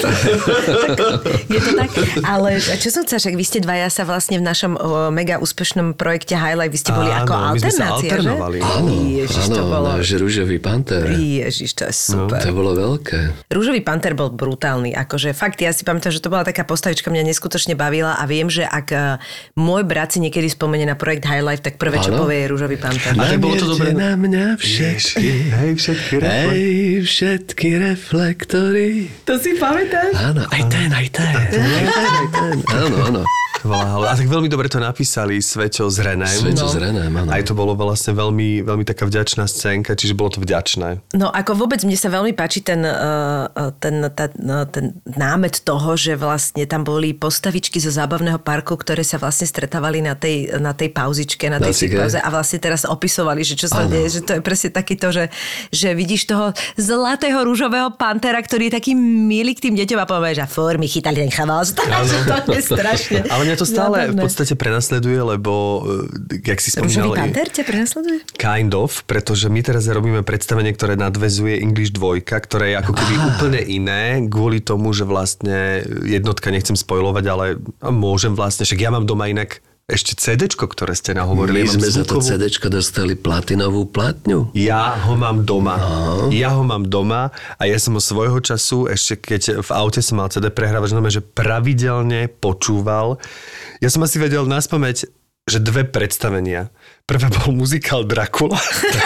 Je to tak. Ale čo som chcela, však vy ste dvaja sa vlastne v našom o, mega úspešnom projekte Highlight, vy ste boli áno, ako alternácia, že? Áno, Ježiš, áno, to bolo... náš Rúžový panter. Ježiš, to je super. No, to bolo veľké. Rúžový panter bol brutálny, akože fakt, ja si pamätám, že to bola taká postavička, mňa neskutočne bavila a viem, že ak uh, môj brat si niekedy spomenie na projekt Highlight, tak prvé, čo povie, je Rúžový panter. A tak bolo to dobré. Na mňa všetky, hej, všetky reflektory. Hej, všetky reflektory. To si pamätáš? Áno, aj ten, aj ten. Aj ten, aj ten. Áno, áno. A tak veľmi dobre to napísali Sveťo s Renem. Sveťo no. s Renem, áno. Aj to bolo vlastne veľmi, veľmi taká vďačná scénka, čiže bolo to vďačné. No ako vôbec mne sa veľmi páči ten, ten, ten, ten námet toho, že vlastne tam boli postavičky zo zábavného parku, ktoré sa vlastne stretávali na tej, na tej pauzičke, na tej pauze a vlastne teraz opisovali, že čo sa deje, že to je presne takýto, že, že vidíš toho zlatého rúžového pantera, ktorý je taký milý k tým deťom a povie, že formy chytali ten chaval, že to je strašne. Ale mňa to stále v podstate prenasleduje, lebo jak si spomínal... Rúžový panter ťa prenasleduje? Kind of, pretože my teraz robíme predstavenie, ktoré nadväzuje English dva, ktoré je ako keby ah. úplne iné, kvôli tomu, že vlastne jednotka, nechcem spoilovať, ale môžem vlastne, však ja mám doma inak ešte cédečko, ktoré ste nahovorili. My sme za to cédečko dostali platinovú platňu. Ja ho mám doma. Aha. Ja ho mám doma a ja som ho svojho času, ešte keď v aute som mal cé dé prehrávač, že pravidelne počúval. Ja som asi vedel naspamäť, že dve predstavenia. Prvé bol muzikál Dracula.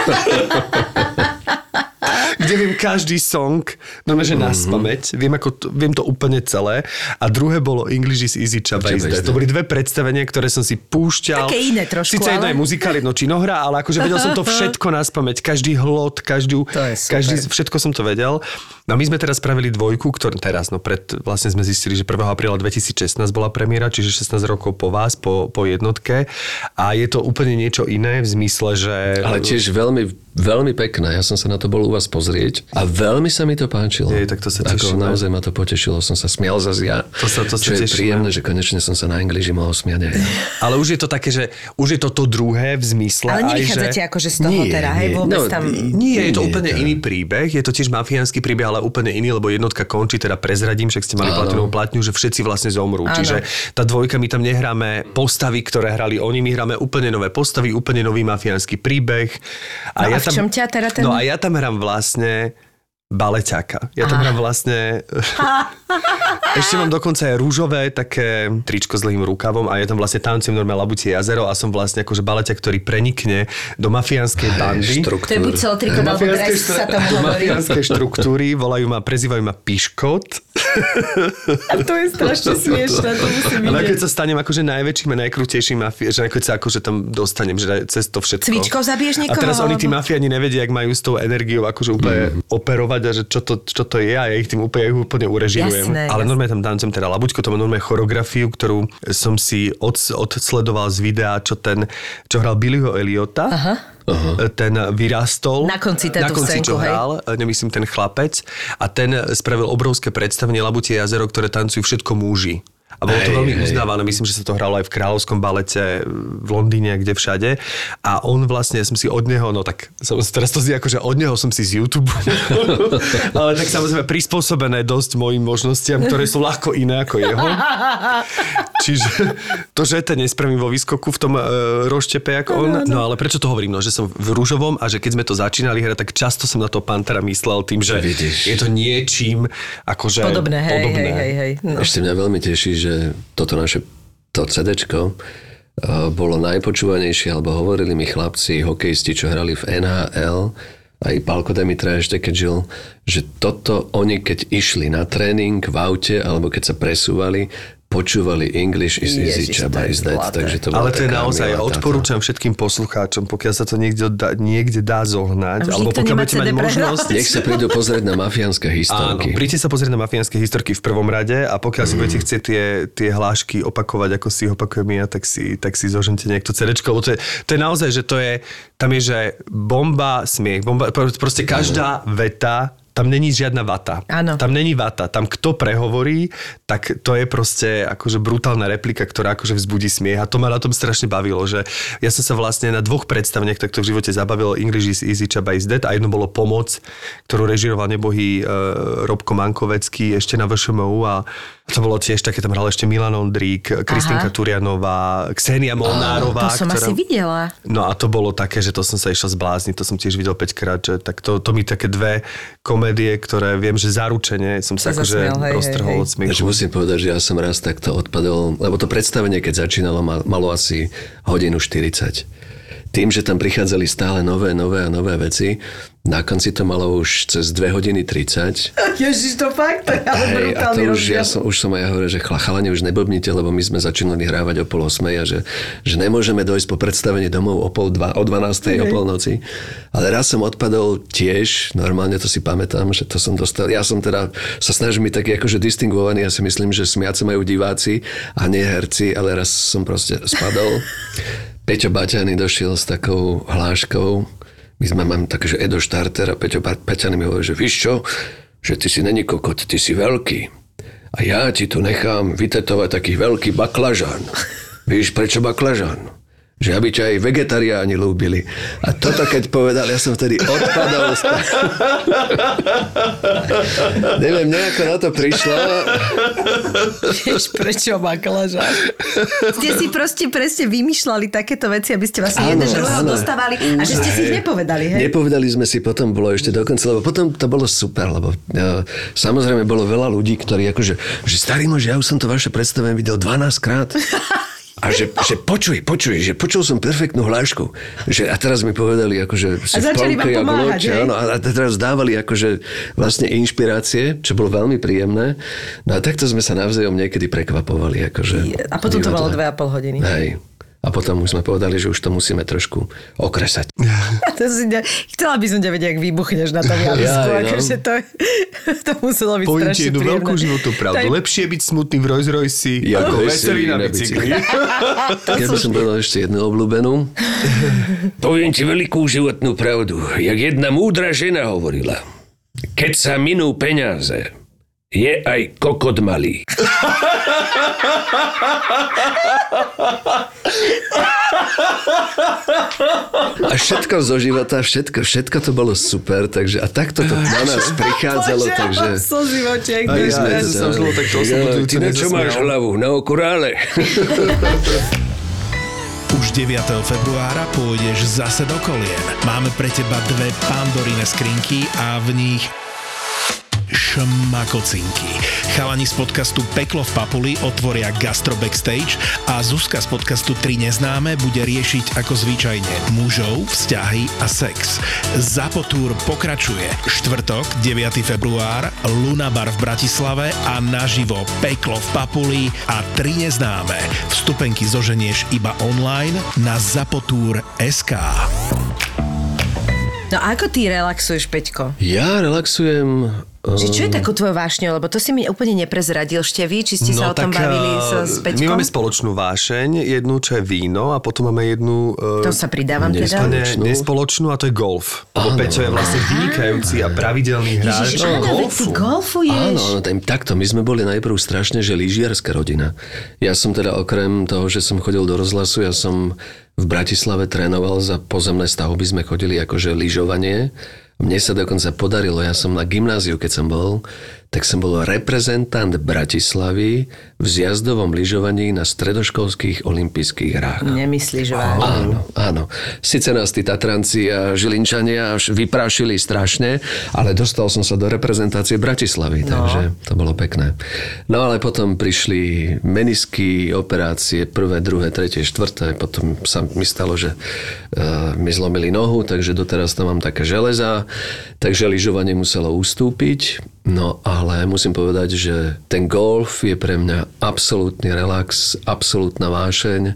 Kde viem každý song, no že mm-hmm. naspamäť, viem, ako to, viem to úplne celé. A druhé bolo English is easy, Čaba is dead. To boli dve predstavenia, ktoré som si púšťal. Také iné trošku, Sice jedno ale... je muzikál, jedno činohra, ale akože vedel som to všetko naspamäť. Každý hlod, každú, každý, všetko som to vedel. No my sme teraz spravili dvojku, ktorú teraz, no pred, vlastne sme zistili, že prvého apríla dvetisícšestnásť bola premiéra, čiže šestnásť rokov po vás, po, po jednotke. A je to úplne niečo iné v zmysle, že... Ale tiež veľmi, veľmi pekné. Ja som sa na to bol u vás pozrieť a veľmi sa mi to páčilo. Je, tak to sa tešíme. Naozaj ma to potešilo, som sa smial zase ja. To sa, to čo sa je tešíme. Príjemné, že konečne som sa na Engliši mohol smiať aj ja. Ale už je to také, že už je to to druhé v zmysle. Ale nevychádzate že... akože z toho nie, teda, hej, vôbec no, tam... Nie, je to úplne iný príbeh, je to tiež mafiánsky príbeh, ale úplne iný, lebo jednotka končí, teda prezradím, však ste mali platinovú platňu, že všetci vlastne zomrú. Áno. Čiže tá dvojka, my tam nehráme postavy, ktoré hrali oni, my hráme úplne nové postavy, úplne nový mafiánsky príbeh. A, no ja a v tam, čom ťa teda ten... No a ja tam hrám vlastne baleťáka. Ja tam hrám vlastne... Ešte mám dokonca aj rúžové také tričko s dlhým rukavom a ja tam vlastne tancujem normálne Labutie jazero a som vlastne akože baleťák, ktorý prenikne do mafiánskej bandy. To je buď celotrikot alebo dres, sa tomu do hovorí. mafiánskej štruktúry, volajú ma, prezývajú ma Piškot. A to je strašne smiešné, to musím vidieť. Ale keď sa stanem akože najväčším a najkrutejším mafiánom, že keď sa akože tam dostanem, že cez to všetko. Cvičkou zabiješ niekoho? A teraz oni tí mafiáni nevedia, jak majú s tou energiou akože úplne mm. operovať, tancovať a že čo to, čo to je a ja ich tým úplne, ja ich úplne urežirujem. Jasné, Ale jasné. normálne tam tancujem teda labučko, to má normálne choreografiu, ktorú som si od, odsledoval z videa, čo ten, čo hral Billyho Eliota. Aha. Uh-huh. Ten vyrastol. Na konci Na táto konci, scénku, čo hej? hral, nemyslím ten chlapec. A ten spravil obrovské predstavenie Labutie jazero, ktoré tancujú všetko muži. A bolo to Hej, veľmi hej. uznávané. Myslím, že sa to hralo aj v Kráľovskom balete v Londýne, kde všade. A on vlastne, ja som si od neho, no tak som, teraz to znie ako, že od neho som si z YouTube. Ale tak samozrejme prispôsobené dosť mojim možnostiam, ktoré sú ľahko iné ako jeho. Čiže to, že ten nespravím vo výskoku v tom e, roštepe, ako on. No ale prečo to hovorím? No, že som v rúžovom a že keď sme to začínali hrať, tak často som na to Pantera myslel tým, že Vidíš. je to niečím akože Podobné, hej, podobné. hej, hej, hej. No. Ešte mňa veľmi teší, že toto naše to cédéčko uh, bolo najpočúvanejšie, alebo hovorili mi chlapci, hokejisti, čo hrali v en há el, aj Pálko Demitra ešte keď žil, že toto oni keď išli na tréning v aute, alebo keď sa presúvali, počúvali English is easy, Ježiš, Chaba to je is dead. zlaté. Takže to bola Ale to je taká naozaj, milá táto. odporúčam všetkým poslucháčom, pokiaľ sa to niekde dá, niekde dá zohnať, A už alebo nikto pokiaľ nemá budete cé dé mať možnosť. Nech sa prídu pozrieť na mafiánske Áno, historky. príďte sa pozrieť na mafiánske historky v prvom rade a pokiaľ si budete chcieť tie, tie hlášky opakovať, ako si ich opakujem ja, tak si, tak si zožente niekto cédéčko, lebo to je, to je naozaj, že to je, tam je, že bomba, smiech, bomba, proste každá veta, tam není žiadna vata. Áno. Tam není vata. Tam kto prehovorí, tak to je proste akože brutálna replika, ktorá akože vzbudí smiech. A to ma na tom strašne bavilo, že ja som sa vlastne na dvoch predstaveniach takto v živote zabavil. English is easy, Chaba is dead a jedno bolo Pomoc, ktorú režiroval nebohý uh, Robko Mankovecký ešte na vé š em ú a to bolo tiež také, tam hral ešte Milan Ondrík, Kristinka Turianová, Ksenia Molnárová. To som ktorá... asi videla. No a to bolo také, že to som sa išiel zblázniť, to som tiež videl päťkrát, že tak to, to mi také dve komédie, ktoré viem, že zaručene som sa Sa akože zasmiel, hej, roztrhol hej, od smiechu. Takže musím povedať, že ja som raz takto odpadol, lebo to predstavenie, keď začínalo, malo asi hodinu štyridsať. Tým, že tam prichádzali stále nové, nové a nové veci, na konci to malo už cez dve hodiny tridsať. Ježiš, to fakt, to je ale Hej, a to brutálny už, rozdiel. ja som, už som aj hovoril, že chla- chalani už neblbnite, lebo my sme začínali hrávať o pol osmej a že, že nemôžeme dojsť po predstavení domov o pol dva, o dvanástej, okay. o polnoci. Ale raz som odpadol tiež, normálne to si pamätám, že to som dostal. Ja som teda sa snažím byť taký akože distingovaný, ja si myslím, že smiať sa majú diváci a nie herci, ale raz som proste spadol. Peťo Baťany došiel s takou hláškou. My sme mám také, že Edo Štarter a Peťo Baťany mi hovorí, že víš čo, že ty si není kokot, ty si veľký. A ja ti tu nechám vytetovať taký veľký baklažán. Víš, prečo baklažán? Že aby ťa aj vegetariáni ľúbili. A toto keď povedal, ja som vtedy odpadol. Neviem, nejako na to prišlo. Vieš, prečo baklažán? Ste si proste presne vymýšľali takéto veci, aby ste vlastne Áno, jeden druhého áno. dostávali a že ste si ich nepovedali, hej? Nepovedali sme si, potom bolo ešte dokonca, lebo potom to bolo super, lebo ja, samozrejme bolo veľa ľudí, ktorí akože, že starý muž, ja už som to vaše predstavenie videl dvanásť krát. A že, že počuj, počuj, že počul som perfektnú hlášku. Že, a teraz mi povedali, akože si A v začali polke, vám jak pomáhať, loď, hej? áno, a teraz dávali akože vlastne inšpirácie, čo bolo veľmi príjemné. No a takto sme sa navzájom niekedy prekvapovali. Akože, A potom to divadle. malo dve a pol hodiny. Hej. A potom už sme povedali, že už to musíme trošku okresať. To si ne... Chcela by som ťa vedieť, ak vybuchneš na tom javisku. Jaj, no. Akože to, to muselo byť Poviem ti strašne jednu príjemné. veľkú životnú pravdu. To je- Lepšie byť smutný v Rolls Royce Ja ako veselý veselý na na bicykli. Ja by som povedal ešte jednu obľúbenú. Poviem ti veľkú životnú pravdu. Jak jedna múdra žena hovorila. Keď sa minú peniaze, je aj kokot malý. A všetko zo života, všetko, všetko to bolo super, takže a takto to na nás prichádzalo, Bože, takže... mám slzy v očiach. A ja, sme ja to som dali. žilo takto Ja, oslobodujúco Ty na čo máš nezasmial. hlavu? Na okurále? Už deviateho februára pôjdeš zase do kolien. Máme pre teba dve Pandorine skrinky a v nich šmakocinky. Chalani z podcastu Peklo v Papuli otvoria Gastro Backstage a Zuzka z podcastu Tri neznáme bude riešiť ako zvyčajne mužov, vzťahy a sex. Zapotúr pokračuje. Štvrtok, deviateho február, Luna Bar v Bratislave a naživo Peklo v Papuli a Tri neznáme. Vstupenky zoženieš iba online na zapotúr bodka es ká. No a ako ty relaxuješ, Peťko? Ja relaxujem... Či čo je takú tvoju vášňou? Lebo to si mi úplne neprezradil ešte vy, či ste no, sa o tom tak, bavili s, s Peťkom? My máme spoločnú vášeň, jednu, čo je víno a potom máme jednu... Uh, to sa pridávam teda? Nespoločnú. Nespoločnú a to je golf. Lebo Peťo je vlastne vynikajúci a pravidelný hráč Ježiš, áno, golfu. Ty golfuješ. Áno, áno, takto. My sme boli najprv strašne, že lyžiarska rodina. Ja som teda okrem toho, že som chodil do rozhlasu, ja som v Bratislave trénoval za pozemné stavby, sme chodili akože lyžovanie. Mne sa dokonca podarilo, ja som na gymnáziu, keď som bol, tak som bol reprezentant Bratislavy v zjazdovom lyžovaní na stredoškolských olympijských hrách. Nemyslíš vážne? Áno, áno. Sice nás tí Tatranci a Žilinčania až vyprášili strašne, ale dostal som sa do reprezentácie Bratislavy, no. Takže to bolo pekné. No ale potom prišli menisky, operácie, prvé, druhé, tretie, štvrté, potom sa mi stalo, že uh, mi zlomili nohu, takže doteraz tam mám také železa, takže lyžovanie muselo ustúpiť. No ale musím povedať, že ten golf je pre mňa absolútny relax, absolútna vášeň.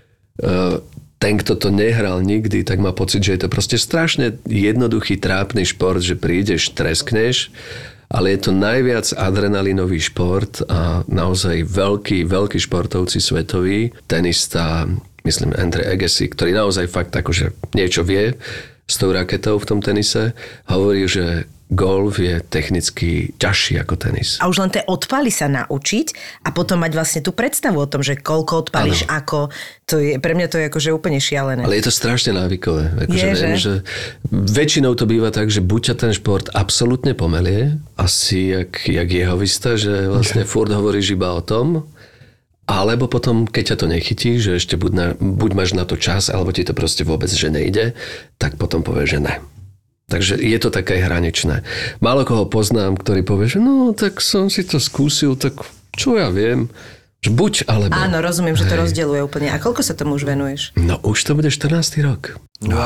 Ten, kto to nehral nikdy, tak má pocit, že je to proste strašne jednoduchý, trápny šport, že prídeš, treskneš, ale je to najviac adrenalinový šport a naozaj veľký, veľký športovci svetoví, tenista, myslím Andre Agassi, ktorý naozaj fakt akože niečo vie s tou raketou v tom tenise, hovorí, že golf je technicky ťažší ako tenis. A už len tie odpaly sa naučiť a potom mať vlastne tú predstavu o tom, že koľko odpalíš, ano. Ako. To je, pre mňa to je akože úplne šialené. Ale je to strašne návykové. Akože je, viem, že? že väčšinou to býva tak, že buď ťa ten šport absolútne pomelie, asi jak, jak jehovista, že vlastne furt hovoríš iba o tom, alebo potom, keď ťa to nechytí, že ešte buď, na, buď máš na to čas, alebo ti to proste vôbec že nejde, tak potom povieš, že ne. Takže je to také hraničné. Málo koho poznám, ktorý povie, že no, tak som si to skúsil, tak čo ja viem, že buď alebo. Áno, rozumiem, že to rozdeľuje úplne. A koľko sa tomu už venuješ? No už to bude štrnásty rok.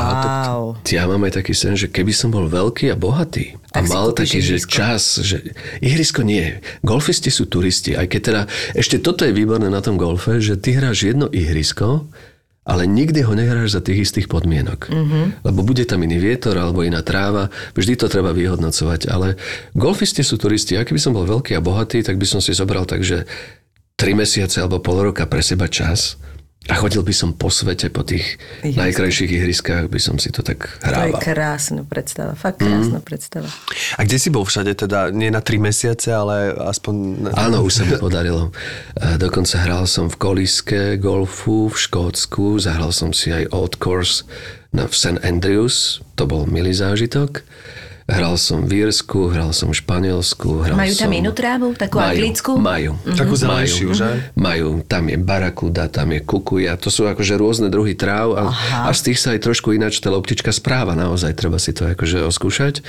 Wow. Ja mám aj taký sen, že keby som bol veľký a bohatý a tak mal taký, že ihrisko. čas, že ihrisko nie. Golfisti sú turisti, aj keď teda, ešte toto je výborné na tom golfe, že ty hráš jedno ihrisko, ale nikdy ho nehráš za tých istých podmienok. Mm-hmm. Lebo bude tam iný vietor alebo iná tráva, vždy to treba vyhodnocovať. Ale golfisti sú turisti. Ja keby som bol veľký a bohatý, tak by som si zobral tak, že tri mesiace alebo pol roka pre seba čas a chodil by som po svete, po tých Ihriska. Najkrajších ihriskách, by som si to tak hrával. To je krásna predstava, fakt krásna mm. predstava. A kde si bol všade teda? Nie na tri mesiace, ale aspoň... Na... Áno, už sa mi podarilo. Dokonca hral som v kolíske golfu v Škótsku, zahral som si aj Old Course v Saint Andrews, to bol milý zážitok. Hral som v Írsku, hral som v Španielsku. Hral majú tam som... inú trávu? Takú majú, anglickú? Majú. Mm-hmm. Takú zelenšiu, že? Majú. Tam je barakuda, tam je kukuja. To sú akože rôzne druhy tráv a, a z tých sa aj trošku ináč tá loptička správa. Naozaj treba si to akože oskúšať.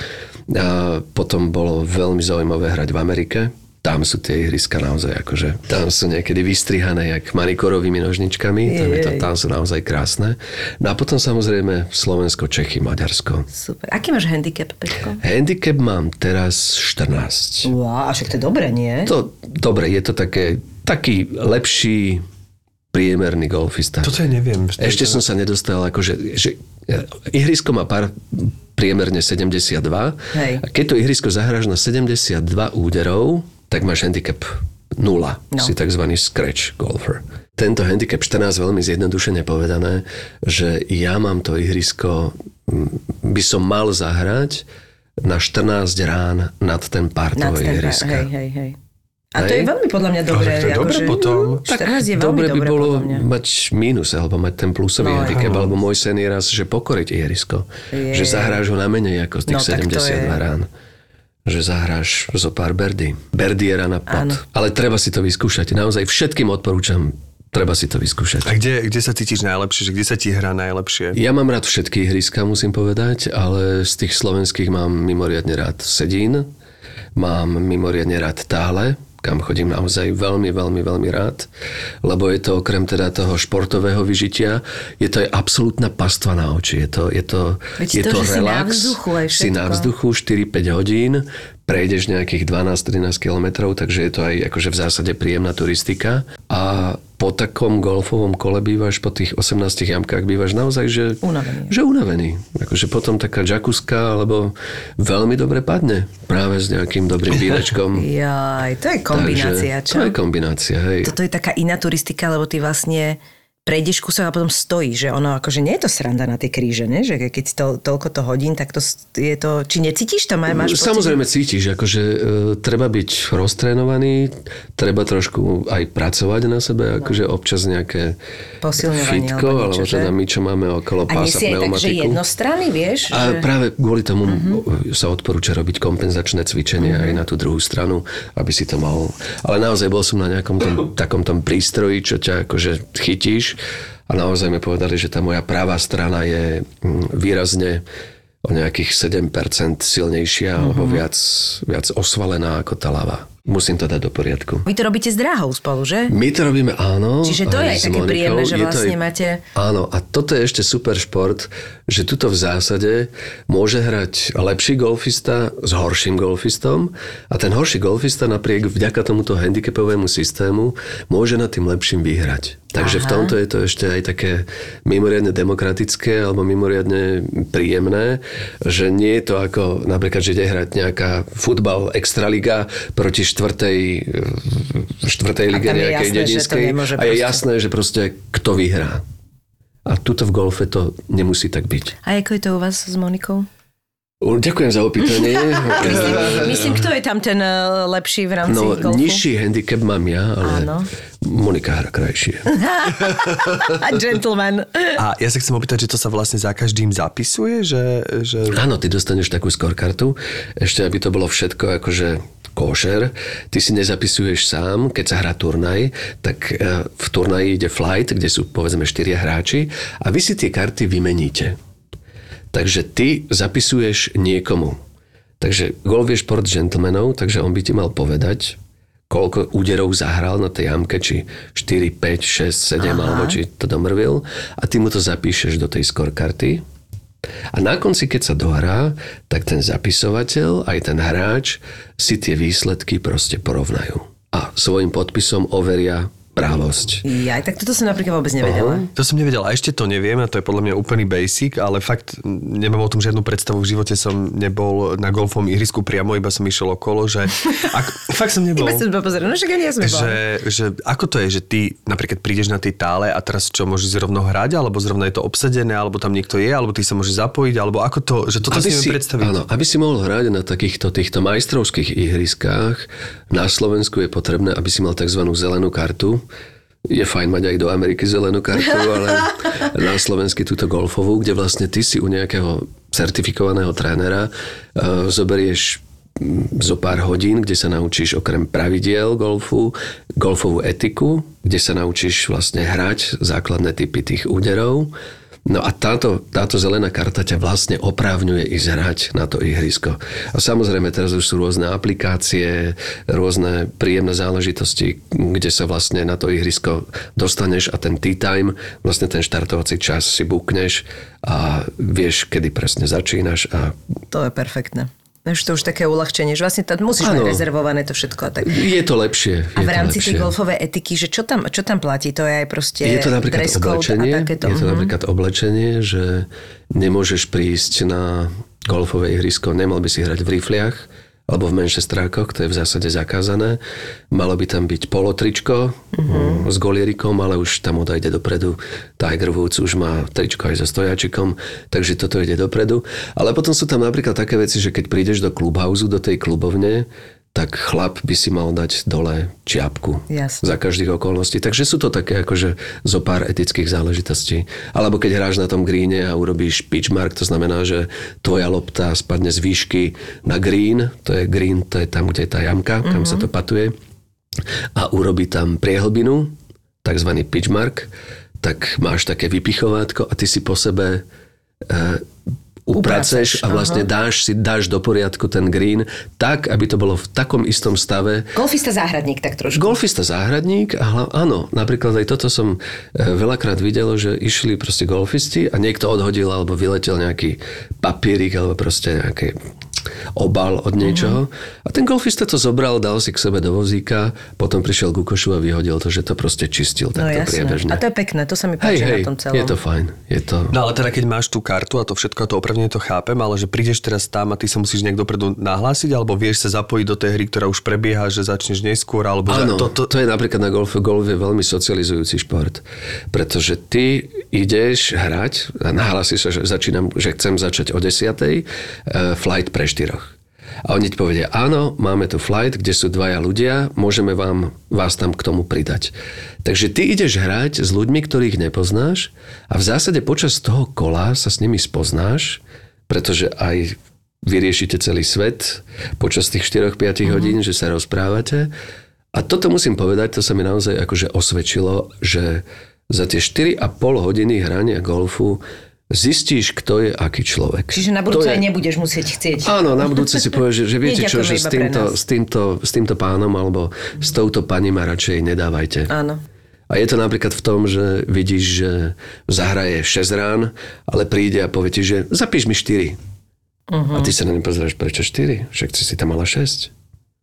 A potom bolo veľmi zaujímavé hrať v Amerike. Tam sú tie ihriska naozaj akože, tam sú niekedy vystrihané jak manikorovými nožničkami, tam, je to, tam sú naozaj krásne. No a potom samozrejme Slovensko, Čechy, Maďarsko. Super. Aký máš handicap, Peťko? Handicap mám teraz štrnásť. Wow, a však to je dobré, nie? To, dobre, je to také, taký lepší priemerný golfista. Toto ja neviem. Ešte som sa nedostal, akože, že ihrisko má pár priemerne sedemdesiatdva. Hej. A keď to ihrisko zahráš na sedemdesiatdva úderov, tak máš handicap nula. No. Si takzvaný scratch golfer. Tento handicap štrnásť, veľmi zjednodušene povedané, že ja mám to ihrisko, by som mal zahrať na štrnásť rán nad ten pár toho ihriska. Hej, hej, hej. A to je veľmi podľa mňa dobré. To je ako dobré že, potom. štrnásť je veľmi dobre by dobré bolo podľa mňa. mať mínus, alebo mať ten plusový no, handicap, alebo môj sen je raz, že pokoriť ihrisko. Je. Že zahráš ho na menej ako z tých no, sedemdesiatdva je... rán. Že zahráš zo pár birdie. Birdie je rana pot. Ale treba si to vyskúšať. Naozaj všetkým odporúčam, treba si to vyskúšať. A kde, kde sa cítiš najlepšie? Že kde sa ti hrá najlepšie? Ja mám rád všetky ihriska, musím povedať, ale z tých slovenských mám mimoriadne rád Sedín, mám mimoriadne rád Tále, kam chodím naozaj veľmi, veľmi, veľmi rád, lebo je to okrem teda toho športového vyžitia, je to aj absolútna pastva na oči. Je to, je to, je to, to relax. Si na vzduchu aj všetko. Si na vzduchu štyri päť hodín, prejdeš nejakých dvanásť trinásť kilometrov, takže je to aj akože v zásade príjemná turistika. A po takom golfovom kole bývaš, po tých osemnástich jamkách bývaš naozaj, že unavený. Že unavený. Akože potom taká džakuska, alebo veľmi dobre padne. Práve s nejakým dobrým vínečkom. Jaj, to je kombinácia, Takže, čo? To je kombinácia, hej. Toto je taká iná turistika, lebo ty vlastne prejdeš kúsok a potom stojíš, že ono akože nie je to sranda na tie kríže, ne? Že keď si to, toľko to hodín, tak to je to... Či necítiš to? Máš pocit? Samozrejme cítiš, akože e, treba byť roztrénovaný, treba trošku aj pracovať na sebe, akože občas nejaké fitko, alebo, niečo, alebo teda my, čo máme okolo a pása pneumatiku. A nie si aj tak, že jednostranný, vieš? A že... práve kvôli tomu uh-huh. sa odporúča robiť kompenzačné cvičenia uh-huh. aj na tú druhú stranu, aby si to mal. Ale naozaj bol som na nejakom tom, takom tom prístroji, čo ťa akože chytíš. A naozaj mi povedali, že tá moja pravá strana je výrazne o nejakých sedem percent silnejšia uh-huh. alebo viac, viac osvalená ako tá ľava. Musím to dať do poriadku. Vy to robíte s dráhou spolu, že? My to robíme, áno. Čiže to je aj také Monikou. Príjemné, že je vlastne aj, máte... Áno, a toto je ešte super šport, že tuto v zásade môže hrať lepší golfista s horším golfistom a ten horší golfista napriek vďaka tomuto handicapovému systému môže nad tým lepším vyhrať. Takže Aha. v tomto je to ešte aj také mimoriadne demokratické alebo mimoriadne príjemné, že nie je to ako napríklad, že ide hrať nejaká futbal extraliga proti štvrtej, štvrtej lige nejakej dedinskej a je jasné, že proste kto vyhrá. A tuto v golfe to nemusí tak byť. A ako je to u vás s Monikou? Ďakujem za opýtanie. myslím, myslím, kto je tam ten lepší v rámci no, golfu? Nižší handicap mám ja, ale Áno. Monika hra krajšie. Gentleman. A ja sa chcem opýtať, že to sa vlastne za každým zapisuje? Že, že... Áno, ty dostaneš takú scorekartu. Ešte, aby to bolo všetko akože košer. Ty si nezapisuješ sám, keď sa hrá turnaj, tak v turnaji ide flight, kde sú povedzme štyria hráči a vy si tie karty vymeníte. Takže ty zapisuješ niekomu. Takže golf je šport gentlemanov, takže on by ti mal povedať, koľko úderov zahral na tej jamke, či štyri, päť, šesť, sedem, Aha. alebo či to domrvil. A ty mu to zapíšeš do tej scorekarty. A na konci, keď sa dohrá, tak ten zapisovateľ, aj ten hráč si tie výsledky proste porovnajú. A svojím podpisom overia právosť. Ja, tak toto som napríklad vôbec nevedela. Uh-huh. To som nevedela, a ešte to neviem, a to je podľa mňa úplný basic, ale fakt nemám o tom žiadnu predstavu. V živote som nebol na golfovom ihrisku priamo, iba som išiel okolo, že... Ak, fakt som nebol. Iba som iba pozerala, no však ani ja som že, že ako to je, že ty napríklad prídeš na tej tále a teraz čo, môžeš rovno hrať, alebo zrovna je to obsadené, alebo tam niekto je, alebo ty sa môžeš zapojiť, alebo ako to, že toto aby si neviem predstaviť. Áno, aby si mohol hrať na takýchto týchto majstrovských ihriskách, na Slovensku je potrebné, aby si mal tzv. Zelenú kartu. Je fajn mať aj do Ameriky zelenú kartu, ale na Slovensky túto golfovú, kde vlastne ty si u nejakého certifikovaného trénera uh, zoberieš zo pár hodín, kde sa naučíš okrem pravidiel golfu, golfovú etiku, kde sa naučíš vlastne hrať základné typy tých úderov. No a táto, táto zelená karta ťa vlastne oprávňuje ísť hrať na to ihrisko. A samozrejme teraz už sú rôzne aplikácie, rôzne príjemné záležitosti, kde sa vlastne na to ihrisko dostaneš a ten tee time, vlastne ten štartovací čas si bukneš a vieš, kedy presne začínaš. A... To je perfektné. Už to už také uľahčenie, že vlastne to musíš ano. Mať rezervované to všetko. A tak. Je to lepšie. Je a v rámci tej golfovej etiky, že čo tam, čo tam platí? To je aj proste je to napríklad dress code oblečenie, a takéto. Je to uh-huh. napríklad oblečenie, že nemôžeš prísť na golfové ihrisko, nemal by si hrať v rifliach alebo v menšestrákoch, to je v zásade zakázané. Malo by tam byť polotričko uh-huh. s golierikom, ale už tam odajde dopredu. Tiger Woods už má tričko aj so stojačikom, takže toto ide dopredu. Ale potom sú tam napríklad také veci, že keď prídeš do clubhouse, do tej klubovne, tak chlap by si mal dať dole čiapku. Jasne. Za každých okolností. Takže sú to také akože zo pár etických záležitostí. Alebo keď hráš na tom greene a urobíš pitch mark, to znamená, že tvoja lopta spadne z výšky na green, to je green, to je tam, kde je tá jamka, mm-hmm. kam sa to patuje, a urobí tam priehlbinu, takzvaný pitch mark, tak máš také vypichovátko a ty si po sebe e, upraceš a vlastne dáš si dáš do poriadku ten green tak, aby to bolo v takom istom stave. Golfista záhradník tak trošku. Golfista záhradník a hla, áno, napríklad aj toto som veľakrát videl, že išli proste golfisti a niekto odhodil alebo vyletel nejaký papierik alebo proste nejaké obal od niečoho. Uh-huh. A ten golfista to zobral, dal si k sebe do vozíka, potom prišiel ku košu a vyhodil to, že to proste čistil no, takto priebežne. A to je pekné, to sa mi páči hej, na tom celom. Je to fajn. Je to... No ale teda keď máš tú kartu a to všetko, a to opravne to chápem, ale že prídeš teraz tam a ty sa musíš nejak dopredu nahlásiť, alebo vieš sa zapojiť do tej hry, ktorá už prebieha, že začneš neskôr, alebo áno, že to, to... to je napríklad na golfe. Golf je veľmi socializujúci šport, pretože ty ideš hrať a nahlásiš sa, že začínam, že chcem začať o desiatej uh, flight pre štyroch. A oni ti povedia, áno, máme tu flight, kde sú dvaja ľudia, môžeme vám, vás tam k tomu pridať. Takže ty ideš hrať s ľuďmi, ktorých nepoznáš a v zásade počas toho kola sa s nimi spoznáš, pretože aj vyriešite celý svet počas tých štyri až päť uh-huh. hodín, že sa rozprávate. A toto musím povedať, to sa mi naozaj akože osvedčilo, že za tie štyri a pol hodiny hrania golfu zistíš, kto je aký človek. Čiže na budúce je... aj nebudeš musieť chcieť. Áno, na budúce si povieš, že, že viete čo, že s týmto, s, týmto, s týmto pánom alebo s touto pani ma radšej nedávajte. Áno. A je to napríklad v tom, že vidíš, že zahraje šesť rán, ale príde a povie ti, že zapíš mi štyri. Uh-huh. A ty sa na ne pozrieš, prečo štyri? Však si tam mala šesť.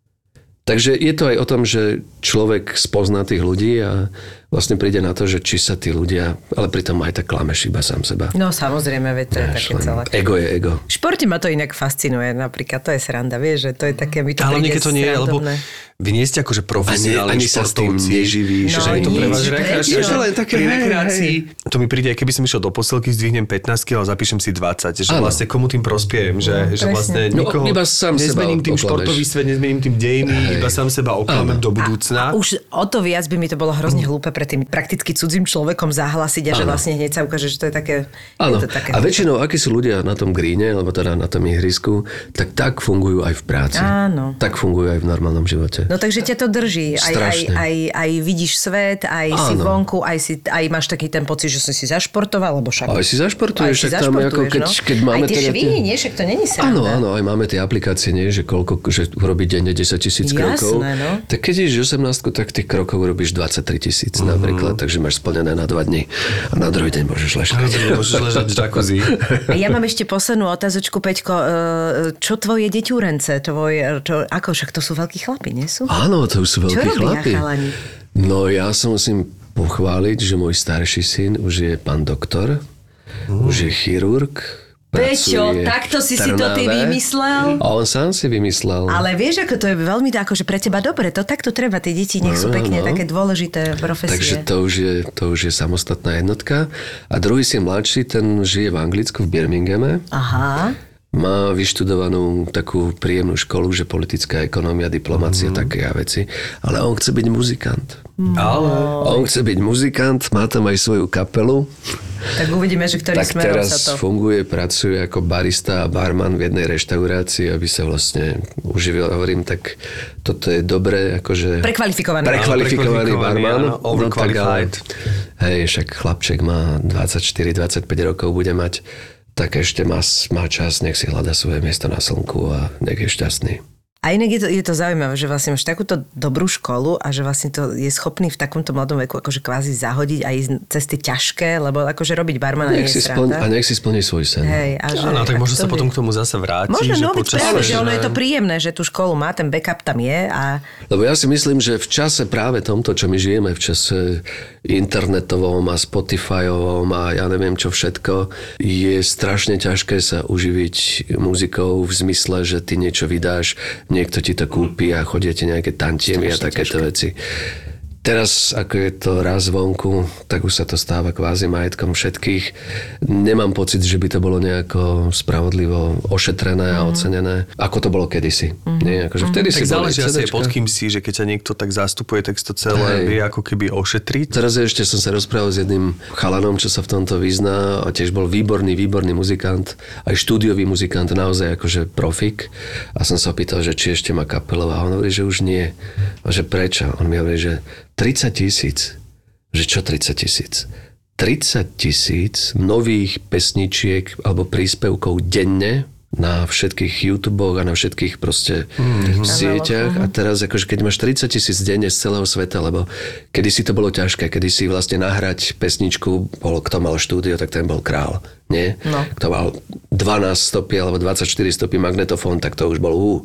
Takže je to aj o tom, že človek spozná tých ľudí a vlastne príde na to, že či sa tí ľudia, ale pritom aj tak klameš iba sám seba. No samozrejme, veď to je také celé. Ego je ego. V športe ma to inak fascinuje, napríklad, to je sranda, vieš, že to je také, mi to ale príde to nie je, lebo vy nie ste akože profesionálni športovci. Neživíš. No, že je to pre vás rekreácia. Pri rekreácii, to mi príde, keby som išiel do posilky, zdvihnem pätnásť kilogramov a zapíšem si dvadsať. Že ano. Vlastne komu tým prospiejem, že, no, že vlastne nikoho no, iba sám nezmením tým športový svet, nezmením tým dejiny, iba sám seba oklamem do budúcna. A, a už o to viac by mi to bolo hrozne hlúpe pre tým prakticky cudzím človekom zahlasiť a že vlastne hneď sa ukáže, že to je také... Áno. Je to také a väčšinou, akí sú ľudia na tom gríne, alebo teda na tom ihrisku, tak tak fungujú aj v práci. Áno. Tak fungujú aj v normálnom živote. No takže ťa to drží. Aj, aj, aj, aj vidíš svet, aj áno. si vonku, aj, si, aj máš taký ten pocit, že som si zašportoval, alebo však... Aj si zašportuješ, aj si tam ako keď, no? keď máme... Aj tie teda šviny, nie? Však to není sranda. Áno, áno, aj máme tie aplikácie, nie? Že koľko, že urobí denne desaťtisíc krokov. No. Tak keď ideš osemnástku, tak tých krokov urobíš dvadsaťtri tisíc uh-huh. napríklad, takže máš splnené na dva dni. A na druhý deň môžeš ležať. Môžeš ležať v jacuzzi. A ja mám ešte poslednú otázočku, Peťko. Čo tvoje deťúrence? Tvoj, čo, ako však to sú veľkí chlapi, nie sú? Áno, to sú veľkí čo chlapi. Čo robia chalani? No ja sa musím pochváliť, že môj starší syn už je pán doktor, mm. už je chirurg. Peťo, takto si si to ty vymyslel? A on sám si vymyslel. Ale vieš, ako to je veľmi tak, že pre teba dobre, to takto treba, tie deti nech sú pekne, no, no. také dôležité profesie. Takže to už, je, to už je samostatná jednotka. A druhý syn mladší, ten žije v Anglicku, v Birminghame. Aha. Má vyštudovanú takú príjemnú školu, že politická ekonomia, diplomácia, mm. také veci. Ale on chce byť muzikant. Ale... On chce byť muzikant, má tam aj svoju kapelu. Tak uvidíme, že ktorý tak smerom sa to... Tak teraz funguje, pracuje ako barista a barman v jednej reštaurácii, aby sa vlastne uživil. Hovorím, tak toto je dobré, akože... Prekvalifikovaný. Prekvalifikovaný barman. Áno, overqualified. No, hej, však chlapček má dvadsaťštyri dvadsaťpäť rokov, bude mať, tak ešte má, má čas, nech si hľada svoje miesto na slnku a nech je šťastný. A inak je to, je to zaujímavé, že vlastne máš takúto dobrú školu a že vlastne to je schopný v takomto mladom veku akože kvázi zahodiť a ísť cesty ťažké, lebo akože robiť barmana nie je sranda. A nech si splní svoj sen. Hej, a že, áno, tak možno sa by... potom k tomu zase vráti. Možno, že no, počas... práve, že ono je to príjemné, že tú školu má, ten backup tam je. A... Lebo ja si myslím, že v čase práve tomto, čo my žijeme, v čase internetovom a Spotifyovom a ja neviem čo všetko, je strašne ťažké sa uživiť muzikou v zmysle, že ty niečo vydáš, niekto ti to kúpi a chodíte nejaké tantiemy a takéto veci. Teraz, ako je to raz vonku, tak už sa to stáva kvázi majetkom všetkých. Nemám pocit, že by to bolo nejako spravodlivo ošetrené a ocenené, ako to bolo kedysi. Mm-hmm. Nie, akože vtedy tak si záleží asi pod kým si, že keď ťa niekto tak zastupuje, tak to celé vie ako keby ošetriť. Teraz ešte som sa rozprával s jedným chalanom, čo sa v tomto vyzná a tiež bol výborný, výborný muzikant, aj štúdiový muzikant, naozaj akože profik. A som sa opýtal, že či ešte má kapelu a on hovorí, že už nie. A že prečo? On mi hovorí, že tridsať tisíc. Že čo tridsať tisíc? tridsať tisíc nových pesničiek alebo príspevkov denne na všetkých YouTubech a na všetkých proste mm-hmm. sieťach a teraz akože keď máš tridsať tisíc denne z celého sveta, lebo kedysi to bolo ťažké, kedysi vlastne nahrať pesničku, bol, kto mal štúdio, tak ten bol král, nie? No. Kto mal dvanásť stopy alebo dvadsaťštyri stopy magnetofón, tak to už bol ú.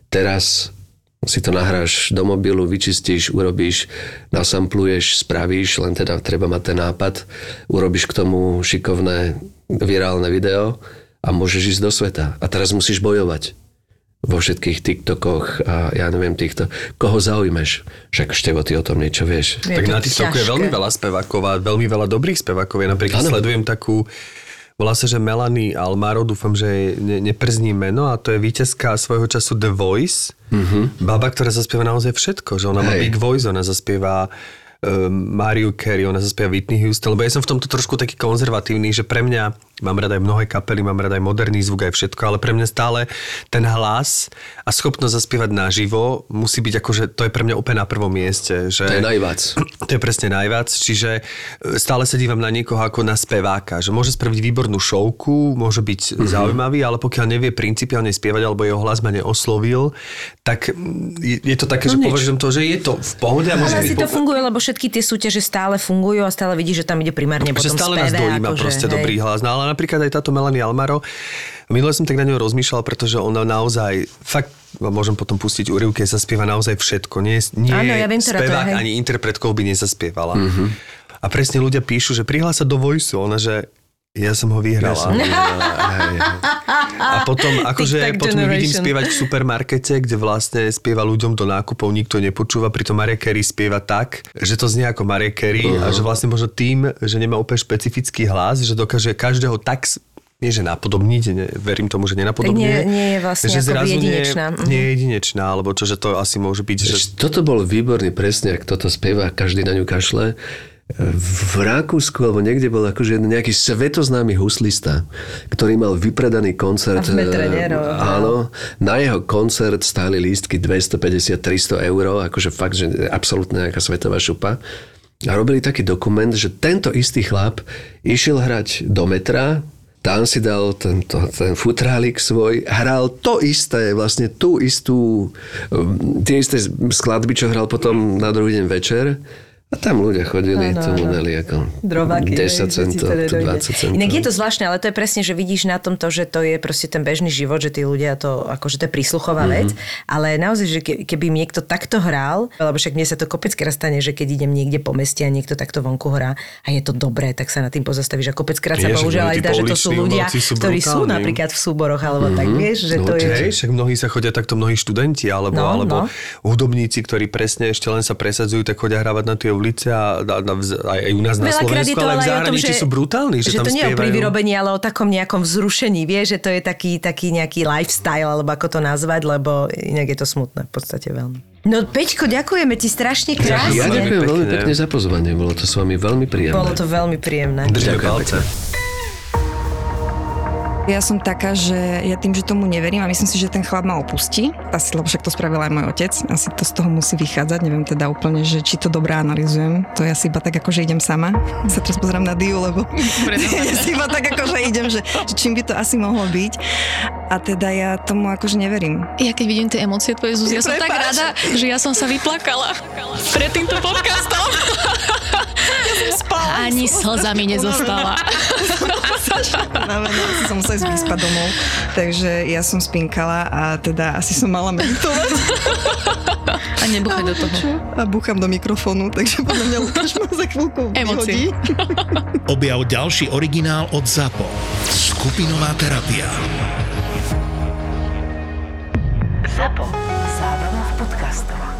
Teraz si to nahráš do mobilu, vyčistíš, urobíš, nasampluješ, spravíš, len teda treba mať ten nápad, urobíš k tomu šikovné virálne video a môžeš ísť do sveta. A teraz musíš bojovať vo všetkých TikTokoch a ja neviem týchto. Koho zaujmeš? Však Števo, ty o tom niečo vieš. Je tak na TikToku ťažké. Je veľmi veľa spevákov a veľmi veľa dobrých spevákov. Ja napríklad ano. Sledujem takú, volá sa, že Melanie Almaro, dúfam, že ne, neprzním meno a to je víťazka svojho času The Voice. Mm-hmm. Baba, ktorá zaspieva naozaj všetko. Že ona Hej. má Big Voice, ona zaspieva Mariah Carey, ona zaspieva Whitney Houston, lebo ja som v tomto trošku taký konzervatívny, že pre mňa, mám rada aj mnohé kapely, mám rada aj moderný zvuk, aj všetko, ale pre mňa stále ten hlas a schopnosť zaspievať naživo musí byť akože, to je pre mňa úplne na prvom mieste. Že, to je najviac. To je presne najviac, čiže stále sa dívam na niekoho ako na speváka, že môže spraviť výbornú šovku, môže byť mm-hmm. zaujímavý, ale pokiaľ nevie principiálne spievať, alebo jeho hlas ma neoslovil, tak je, je to také, no že považujem to, že je to v pohode. A môže si byť to po... funguje, lebo všetky tie súťaže stále fungujú a stále vidíš, že tam ide primárne potom stále spevé. Stále nás dojíma akože, proste hej. dobrý hlas. No ale napríklad aj táto Melanie Almaro, minule som tak na ňou rozmýšľal, pretože ona naozaj, fakt, môžem potom pustiť úryvky, sa spieva naozaj všetko. Nie, nie Áno, ja viem, spevák, ani interpretkou by nezaspievala. Mm-hmm. A presne ľudia píšu, že prihlása do Voice, ona, že ja som ho vyhrala. Ja som ho vyhrala. Hej, hej. A potom, akože, potom ju vidím spievať v supermarkete, kde vlastne spieva ľuďom do nákupov, nikto nepočúva, pritom Mariah Carey spieva tak, že to znie ako Mariah Carey uh-huh. a že vlastne možno tým, že nemá úplne špecifický hlas, že dokáže každého tak, nie že napodobniť, ne, verím tomu, že nenapodobňuje. Nie, nie je vlastne že ako jedinečná. Nie, nie je jedinečná, alebo čo, že to asi môže byť. Že... Toto bol výborný presne, ak toto spieva, každý na ňu kašle. V Rakúsku, alebo niekde bol akože nejaký svetoznámy huslista, ktorý mal vypredaný koncert. A v metre, nie, no. Áno. Na jeho koncert stáli lístky dvestopäťdesiat tristo eur, akože fakt, že absolútne nejaká svetová šupa. A robili taký dokument, že tento istý chlap išiel hrať do metra, tam si dal tento, ten futrálik svoj, hral to isté, vlastne tú istú, tie isté skladby, čo hral potom na druhý deň večer. A tam ľudia chodili, no, no, tomu dali ako Drobáky, desať centov, dvadsať centov. Inak je to zvláštne, ale to je presne, že vidíš na tomto, že to je proste ten bežný život, že tí ľudia to, akože to je prísluchová mm-hmm. vec, ale naozaj, že keby niekto takto hral, lebo však mne sa to kopeckrát stane, že keď idem niekde po meste a niekto takto vonku hrá a je to dobré, tak sa na tým pozastavíš a kopeckrát sa bohužiaľ aj dá, že to sú ľudia, sú ktorí sú napríklad v súboroch, alebo mm-hmm. tak, vieš, že no, to je... Hej, však mnohí sa chodia takto, mnohí študenti, alebo, no, alebo no. hudobníci, ktorí presne ešte len sa presadzujú, tak chodia hrávať na tie ulice a, a, a aj u nás na Slovensku, ale aj v zahraničí sú brutálni, že, že tam spievajú. Že to nie je o privyrobení, ale o takom nejakom vzrušení, vieš, že to je taký, taký nejaký lifestyle, alebo ako to nazvať, lebo inak je to smutné v podstate veľmi. No Peťko, ďakujeme ti strašne krásne. Ja ďakujem veľmi pekne za pozvanie, bolo to s vami veľmi príjemné. Bolo to veľmi príjemné. Držte palce. Ja som taká, že ja tým, že tomu neverím a myslím si, že ten chlap ma opustí. Asi, lebo však to spravil aj môj otec. Asi to z toho musí vychádzať. Neviem teda úplne, že či to dobre analyzujem. To ja si iba tak ako, že idem sama. Sa teraz pozerám na Diu, lebo si iba tak ako, že idem, že, že čím by to asi mohlo byť. A teda ja tomu akože neverím. Ja keď vidím tie emócie tvoje, Zuzi, ja som tak rada, že ja som sa vyplakala pred týmto podcastom. Ja som spala. Ani slza mi nezostala. Asi som musela ísť vyspať domov, takže ja som spinkala a teda asi som mala meditovať. A nebuchaj do toho. A búcham do mikrofónu, takže podľa mňa Lukáš ma za chvíľku vyhodí. Objav ďalší originál od ZAPO. Skupinová terapia. ZAPO. Zábrná v podcastovách.